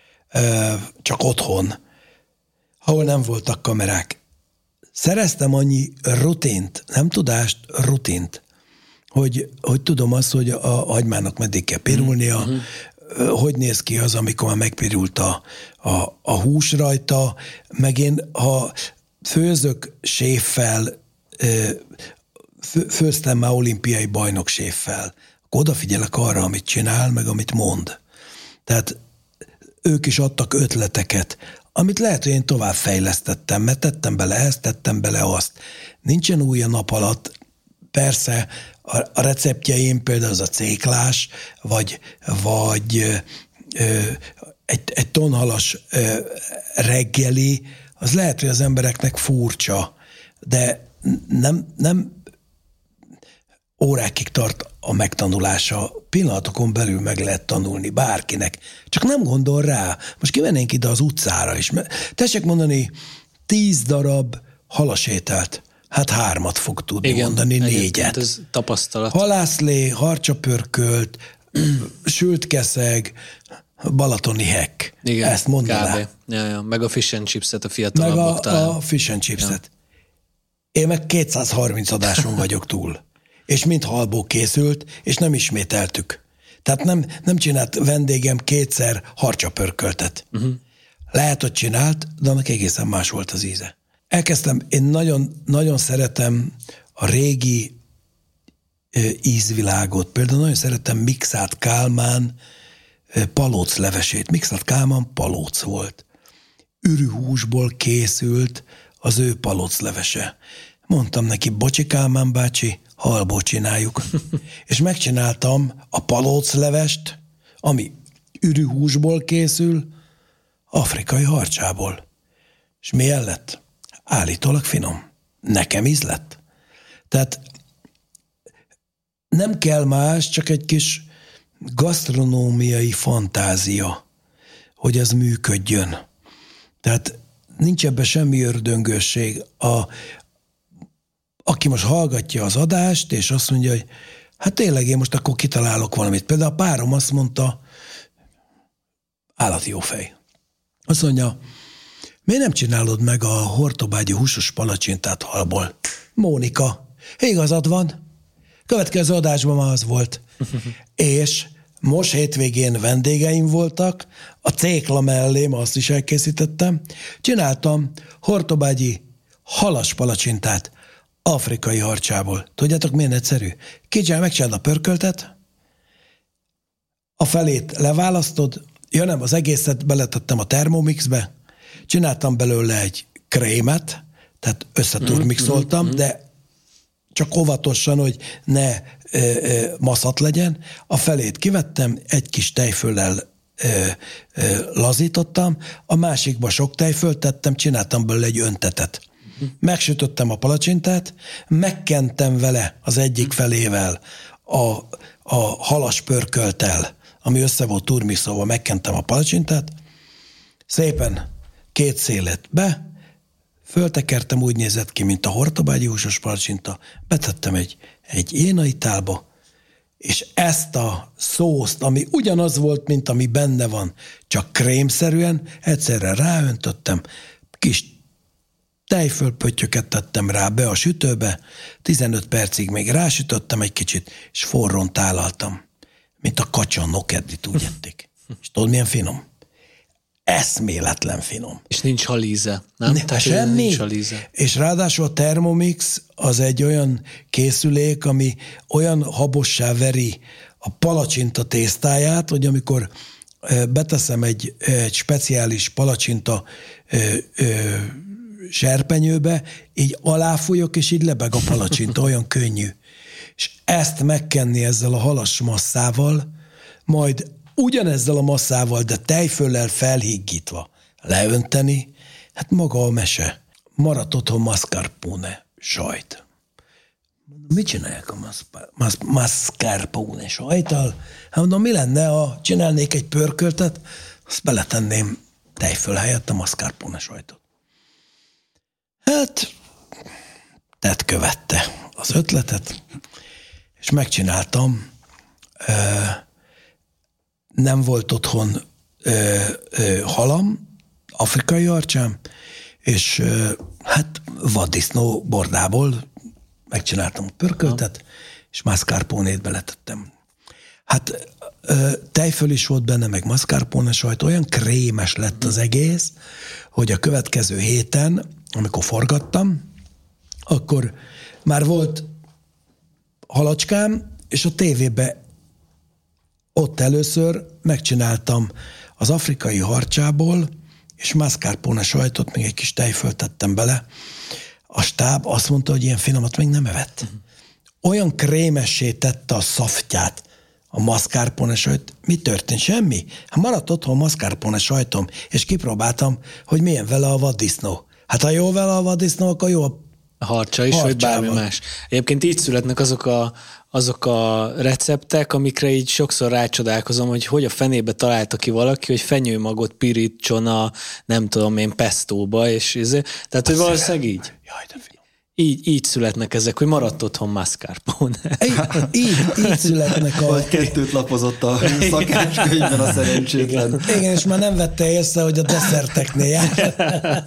Csak otthon, ahol nem voltak kamerák. Szereztem annyi rutint, nem tudást, rutint, hogy, hogy tudom azt, hogy a hagymának meddig kell pirulnia, mm-hmm. hogy néz ki az, amikor már megpirult a, a, a hús rajta, meg én, ha főzök séffel, főztem már olimpiai bajnok séffel, akkor odafigyelek arra, amit csinál, meg amit mond. Tehát ők is adtak ötleteket, amit lehet, hogy én tovább fejlesztettem, mert tettem bele ezt, tettem bele azt. Nincsen új a nap alatt. Persze a, a receptjeim például az a céklás, vagy, vagy ö, egy, egy tonhalas ö, reggeli, az lehet, hogy az embereknek furcsa, de nem, nem órákig tart a megtanulása. Pillanatokon belül meg lehet tanulni bárkinek. Csak nem gondol rá. Most kimennénk ide az utcára is. Tessék mondani tíz darab halasételt. Hát hármat fog tudni igen, mondani, négyet. Ez tapasztalat. Halászlé, harcsapörkölt, sült keszeg, balatoni hekk. Igen, ezt mondaná. Ja, ja. Meg a fish and chipset, a fiatalabbak meg talán. a, a fish and chipset. Ja. Én meg kétszázharminc adáson vagyok túl. És mind halból készült, és nem ismételtük. Tehát nem, nem csinált vendégem kétszer harcsapörköltet. Uh-huh. Lehet, hogy csinált, de annak egészen más volt az íze. Elkezdtem, én nagyon, nagyon szeretem a régi ö, ízvilágot. Például nagyon szeretem Mikszát Kálmán ö, palóc levesét. Mikszát Kálmán palóc volt. Ürűhúsból készült az ő palóc levese. Mondtam neki, bocsi Kálmán bácsi, halból csináljuk. És megcsináltam a palóclevest, ami ürűhúsból készül, afrikai harcsából. És milyen lett? Állítólag finom. Nekem íz lett. Tehát nem kell más, csak egy kis gasztronómiai fantázia, hogy ez működjön. Tehát nincs ebben semmi ördöngösség. A aki most hallgatja az adást, és azt mondja, hogy hát tényleg én most akkor kitalálok valamit. Például a párom azt mondta, állati jó fej. Azt mondja, miért nem csinálod meg a hortobágyi húsos palacsintát halból? Mónika, igazad van. Következő adásban már az volt. És most hétvégén vendégeim voltak, a cékla mellé, azt is elkészítettem, csináltam hortobágyi halas palacsintát, afrikai harcsából. Tudjátok, milyen egyszerű? Kicsit megcsinálod a pörköltet, a felét leválasztod, ja nem, az egészet beletettem a Thermomixbe, csináltam belőle egy krémet, tehát összeturmixoltam, mm-hmm. de csak óvatosan, hogy ne e, e, maszat legyen. A felét kivettem, egy kis tejföllel ö, ö, lazítottam, a másikba sok tejfölt tettem, csináltam belőle egy öntetet. Megsütöttem a palacsintát, megkentem vele az egyik felével a, a halas pörkölttel, ami össze volt turmixolva, megkentem a palacsintát, szépen két szélet be, föltekertem, úgy nézett ki, mint a hortobágyi húsos palacsinta, betettem egy, egy énai tálba, és ezt a szószt, ami ugyanaz volt, mint ami benne van, csak krémszerűen, egyszerre ráöntöttem, kis tejfölpöttyöket tettem rá be a sütőbe, tizenöt percig még rásütöttem egy kicsit, és forrón tálaltam, mint a kacsa nokedlit, úgy ették. És tudod, milyen finom? Eszméletlen finom. És nincs halíze, nem? Ne, Tehát semmi. Nincs halíze. És ráadásul a Thermomix az egy olyan készülék, ami olyan habossá veri a palacsinta tésztáját, hogy amikor beteszem egy, egy speciális palacsinta ö, ö, serpenyőbe, így aláfújok, és így lebeg a palacsinta, olyan könnyű. És ezt megkenni ezzel a halas masszával, majd ugyanezzel a masszával, de tejföllel felhiggítva leönteni, hát maga a mese. Maradt otthon mascarpone sajt. Mit csinálják a mas- mascarpone sajttal? Hát mondom, mi lenne, ha csinálnék egy pörköltet, azt beletenném tejföl helyett a mascarpone sajtot. Hát, tett követte az ötletet, és megcsináltam. Nem volt otthon ö, ö, halam, afrikai harcsám, és ö, hát vaddisznó bordából megcsináltam a pörköltet, ha. és mascarpone-t beletettem. Hát ö, tejföl is volt benne, meg mascarpone sajt, olyan krémes lett az egész, hogy a következő héten, amikor forgattam, akkor már volt halacskám, és a tévébe ott először megcsináltam az afrikai harcsából, és mascarpone sajtot, még egy kis tejfölt tettem bele. A stáb azt mondta, hogy ilyen finomat még nem evett. Uh-huh. Olyan krémessé tette a szaftját a mascarpone sajt. Mi történt? Semmi. Hát maradt otthon mascarpone sajtom, és kipróbáltam, hogy milyen vele a vaddisznó. Hát ha jó vele a vaddisznó, akkor jó a A harcsa is, vagy bármi más. Egyébként így születnek azok a, azok a receptek, amikre így sokszor rácsodálkozom, hogy hogy a fenébe találta ki valaki, hogy fenyőmagot pirítson a, nem tudom én, pestóba, és ezért. Tehát, hogy valószínűleg így. Jaj, de finom. Így, így születnek ezek, hogy maradt otthon mascarpone. Így, így, így születnek a... Vagy kettőt lapozott a szakácskönyvben a szerencsétlen. Igen, és már nem vette észre, hogy a desszerteknél jár.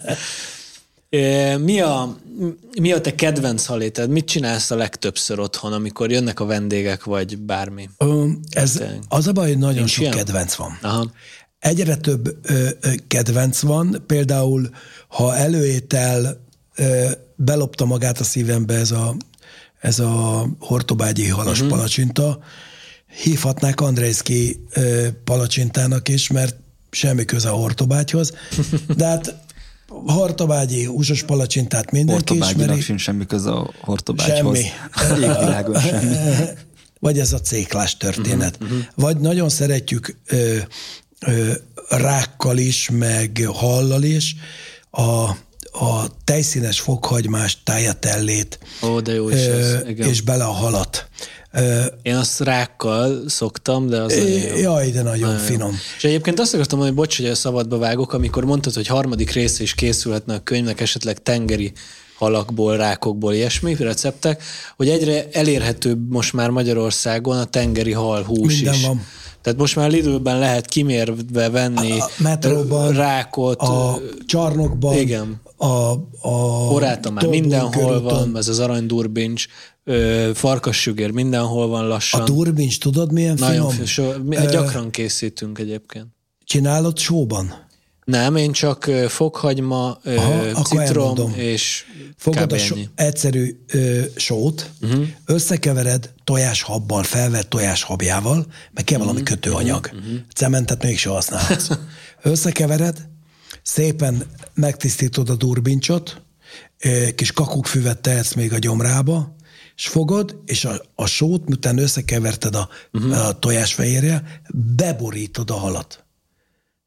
Mi a, mi a te kedvenc haléted? Mit csinálsz a legtöbbször otthon, amikor jönnek a vendégek, vagy bármi? Ö, ez az a baj, hogy nagyon Nincs sok ilyen? kedvenc van. Aha. Egyre több ö, ö, kedvenc van, például ha előétel ö, belopta magát a szívembe ez a, ez a hortobágyi halas uh-huh. palacsinta, hívhatnák Andrejszki ö, palacsintának is, mert semmi köze a hortobágyhoz, de hát hortobágyi húsos palacsintát mindenki ismeri. Sincs semmi köze a hortobágyhoz. Semmi. Égvilágon semmi. Vagy ez a céklás történet. Uh-huh, uh-huh. Vagy nagyon szeretjük ö, ö, rákkal is, meg hallal is a, a tejszínes fokhagymás tájatellét. Ó, de jó is ez, igen. És bele a halat. Én azt rákkal szoktam, de az nagyon Jaj, de nagyon, nagyon finom. Jó. És egyébként azt akartam mondani, hogy bocs, hogy a szabadba vágok, amikor mondtad, hogy harmadik része is készülhetne a könyvnek, esetleg tengeri halakból, rákokból, ilyesmi receptek, hogy egyre elérhetőbb most már Magyarországon a tengeri halhús Minden is. Van. Tehát most már Lidlben lehet kimérve venni a metróban, rákot. A csarnokban. Igen. A, a Horáton már mindenhol van, ez az aranydurbincs, farkassügér mindenhol van lassan. A durbincs, tudod milyen Nagyon finom? So, mi uh, gyakran készítünk egyébként. Csinálod sóban? Nem, én csak fokhagyma, Aha, citrom és fogod a so, egyszerű ö, sót, uh-huh. összekevered tojáshabbal, felvett tojáshabjával, meg kell uh-huh. valami kötőanyag. Uh-huh. Cementet mégse használhatsz. Összekevered, szépen megtisztítod a durbincsot, kis kakukkfüvet tehetsz még a gyomrába, és fogod, és a, a sót, miután összekeverted a, uh-huh. a tojásfehérrel, beborítod a halat.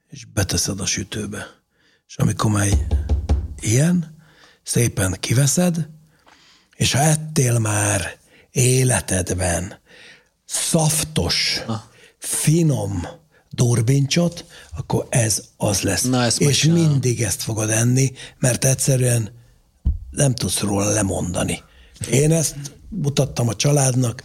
és beteszed a sütőbe. És amikor már ilyen, szépen kiveszed, és ha ettél már életedben szaftos, ah. finom durbincsot, akkor ez az lesz. Na, ezt és csinálom. Mindig ezt fogod enni, mert egyszerűen nem tudsz róla lemondani. Én ezt mutattam a családnak.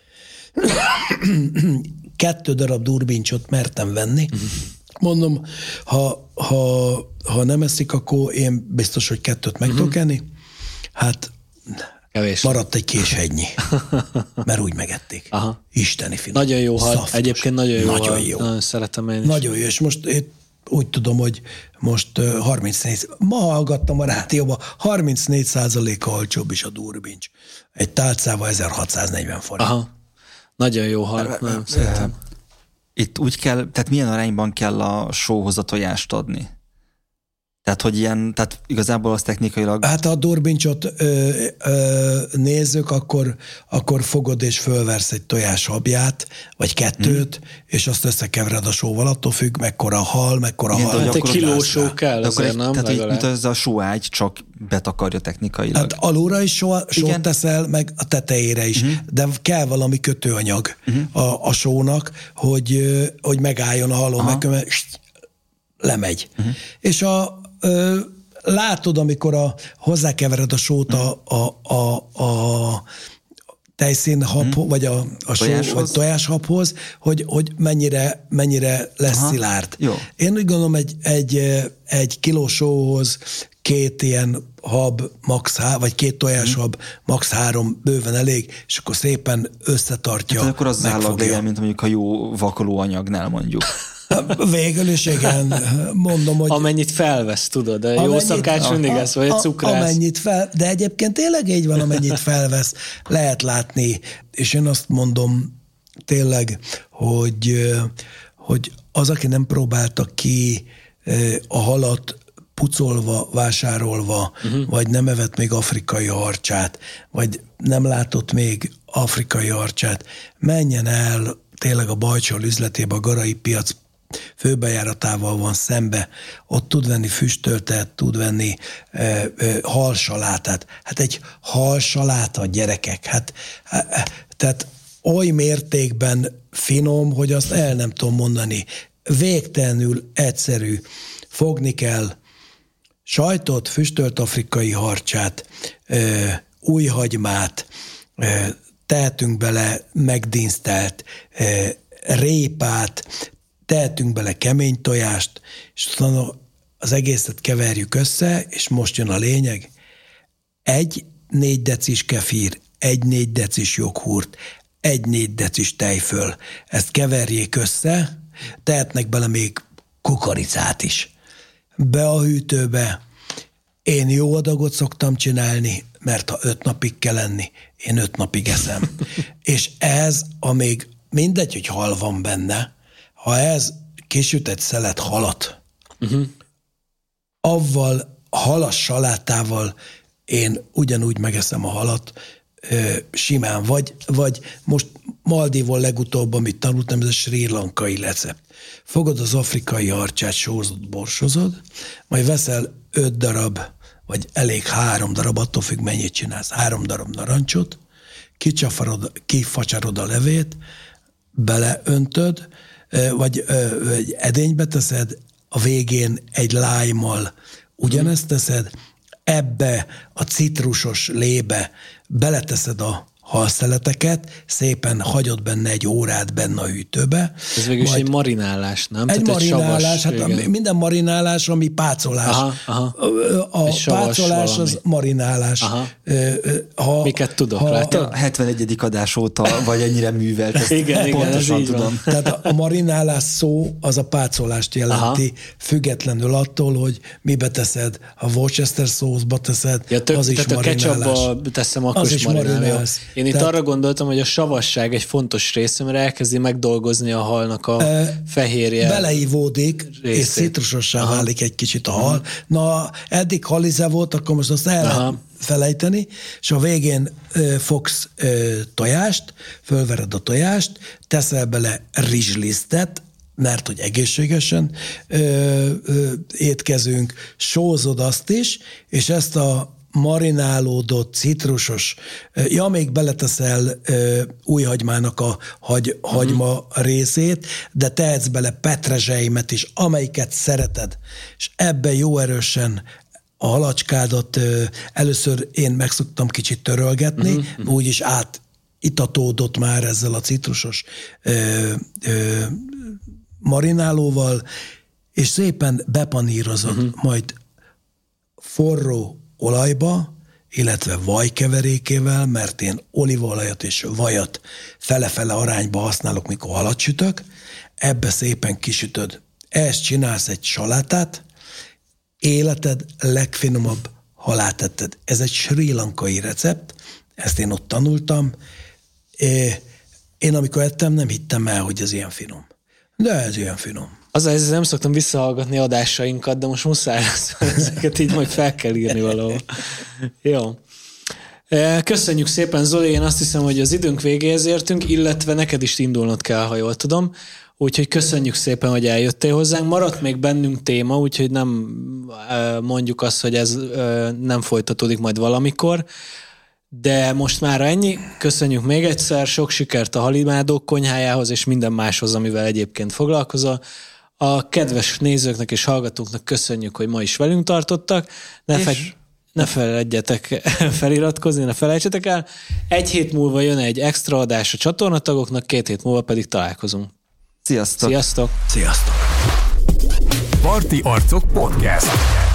Kettő darab durbincsot mertem venni. Mondom, ha, ha, ha nem eszik, akkor én biztos, hogy kettőt meg tudok enni. Hát kevés. Maradt egy késhegynyi, mert úgy megették. Aha. Isteni finom. Nagyon jó hal. Szaftos. Egyébként nagyon jó Nagyon hal. jó. Nagyon szeretem én is. Nagyon jó, és most én úgy tudom, hogy most harmincnégy, ma hallgattam a rádióban, harmincnégy százaléka olcsóbb is a durbincs. Egy tálcával ezerhatszáznegyven forint. Aha. Nagyon jó hal. Nagyon szeretem. Itt úgy kell, tehát milyen arányban kell a sóhoz a tojást adni? Tehát, hogy ilyen, tehát igazából az technikailag... Hát ha a durbincsot ö, ö, nézzük, akkor, akkor fogod és fölversz egy tojáshabját, vagy kettőt, hmm. és azt összekevered a sóval, attól függ, mekkora a hal, mekkora a hal. Hát egy kiló só kell, azért nem? Tehát, hogy mint az a sóágy, csak betakarja technikailag. Hát alulra is só, sót teszel, meg a tetejére is, uh-huh. de kell valami kötőanyag uh-huh. a, a sónak, hogy, hogy megálljon a halon, meg lemegy. Uh-huh. És a Ö, látod, amikor a, hozzákevered a sót a, a, a, a tejszínhab, hmm. vagy a, a só, vagy tojáshaphoz, hogy, hogy mennyire, mennyire lesz Aha. szilárd. Jó. Én úgy gondolom, egy, egy, egy kiló sóhoz két ilyen hab, max há, vagy két tojáshab, hmm. max három bőven elég, és akkor szépen összetartja. Hát akkor az állag legyen, mint mondjuk a jó vakolóanyagnál mondjuk. Végül is igen, mondom, hogy... Amennyit felvesz, tudod, de jó szakács mindig ez, vagy egy cukrász. Amennyit fel, de egyébként tényleg így van, amennyit felvesz, lehet látni, és én azt mondom tényleg, hogy, hogy az, aki nem próbálta ki a halat pucolva, vásárolva, uh-huh. vagy nem evett még afrikai harcsát, vagy nem látott még afrikai harcsát, menjen el tényleg a Bajcsol üzletébe, a Garai piac főbejáratával van szembe, ott tud venni füstöltet, tud venni e, e, halsalátát. Hát egy halsaláta, gyerekek, hát e, tehát oly mértékben finom, hogy azt el nem tudom mondani. Végtelenül egyszerű. Fogni kell sajtot, füstölt afrikai harcsát, e, új hagymát, e, tehetünk bele megdinsztelt e, répát, tehetünk bele kemény tojást, és utána az egészet keverjük össze, és most jön a lényeg. Egy négy decis kefír, egy négy decis joghurt, egy négy decis tejföl. Ezt keverjék össze, tehetnek bele még kukoricát is. Be a hűtőbe. Én jó adagot szoktam csinálni, mert ha öt napig kell enni, én öt napig eszem. És ez, amíg mindegy, hogy hal van benne, ha ez kisüt egy szelet halat, uh-huh. avval, halas salátával én ugyanúgy megeszem a halat, ö, simán, vagy, vagy most Maldívon legutóbb, amit tanultam, ez a srí lankai recept. Fogod az afrikai harcsát, sózod, borsozod, majd veszel öt darab, vagy elég három darab, attól függ, mennyit csinálsz, három darab narancsot, kicsafarod, kifacsarod a levét, beleöntöd, vagy egy edénybe teszed, a végén egy lájmmal ugyanezt teszed, ebbe a citrusos lébe beleteszed a halszeleteket, szépen hagyod benne egy órát benne a hűtőbe. Ez végül is egy marinálás, nem? Egy Tehát marinálás, egy savas, hát minden marinálás, ami pácolás. Aha, aha. A egy pácolás az marinálás. Ha, Miket tudok, ha, látod? A hetvenegyedik adás óta vagy ennyire művelt, ezt igen, igen, pontosan tudom. Van. Tehát a marinálás szó az a pácolást jelenti, aha. függetlenül attól, hogy mibe teszed, a Worcester szószba teszed, ja, tök, az is marinálás. Tehát a ketchupba teszem, akkor az is marinálás. Én itt Tehát, arra gondoltam, hogy a savasság egy fontos része, mert elkezdi megdolgozni a halnak a e, fehérje. Beleivódik, részét. És citrusossá Aha. válik egy kicsit a hal. Na, eddig halize volt, akkor most azt el lehet felejteni, és a végén ö, fogsz ö, tojást, fölvered a tojást, teszel bele rizslisztet, mert hogy egészségesen ö, ö, étkezünk, sózod azt is, és ezt a marinálódott, citrusos, ja, még beleteszel ö, újhagymának a hagy, uh-huh. hagyma részét, de tehetsz bele petrezselymet is, amelyiket szereted, és ebben jó erősen a halacskádat ö, először én meg szoktam kicsit törölgetni, uh-huh. úgyis át itatódott már ezzel a citrusos ö, ö, marinálóval, és szépen bepanírozod, uh-huh. majd forró olajba, illetve vajkeverékével, mert én olívaolajat és vajat fele-fele arányba használok, mikor halat sütök, ebbe szépen kisütöd. Ezt csinálsz egy salátát, életed legfinomabb halátetted. Ez egy sri lankai recept, ezt én ott tanultam. Én amikor ettem, nem hittem el, hogy ez ilyen finom. De ez ilyen finom. Az ez nem szoktam visszahallgatni adásainkat, de most muszáj lesz, ezeket így majd fel kell írni valahol. Jó. Köszönjük szépen, Zoli, én azt hiszem, hogy az időnk végéhez értünk, illetve neked is indulnod kell, ha jól tudom. Úgyhogy köszönjük szépen, hogy eljöttél hozzánk. Maradt még bennünk téma, úgyhogy nem mondjuk azt, hogy ez nem folytatódik majd valamikor. De most már ennyi. Köszönjük még egyszer, sok sikert a Halimádók konyhájához, és minden máshoz, amivel egyébként foglalkozol. A kedves nézőknek és hallgatóknak köszönjük, hogy ma is velünk tartottak. Ne, fe, ne felejtjetek feliratkozni, ne felejtsetek el. Egy hét múlva jön egy extra adás a csatornatagoknak, két hét múlva pedig találkozunk. Sziasztok! Sziasztok! Sziasztok! Parti Arcok Podcast.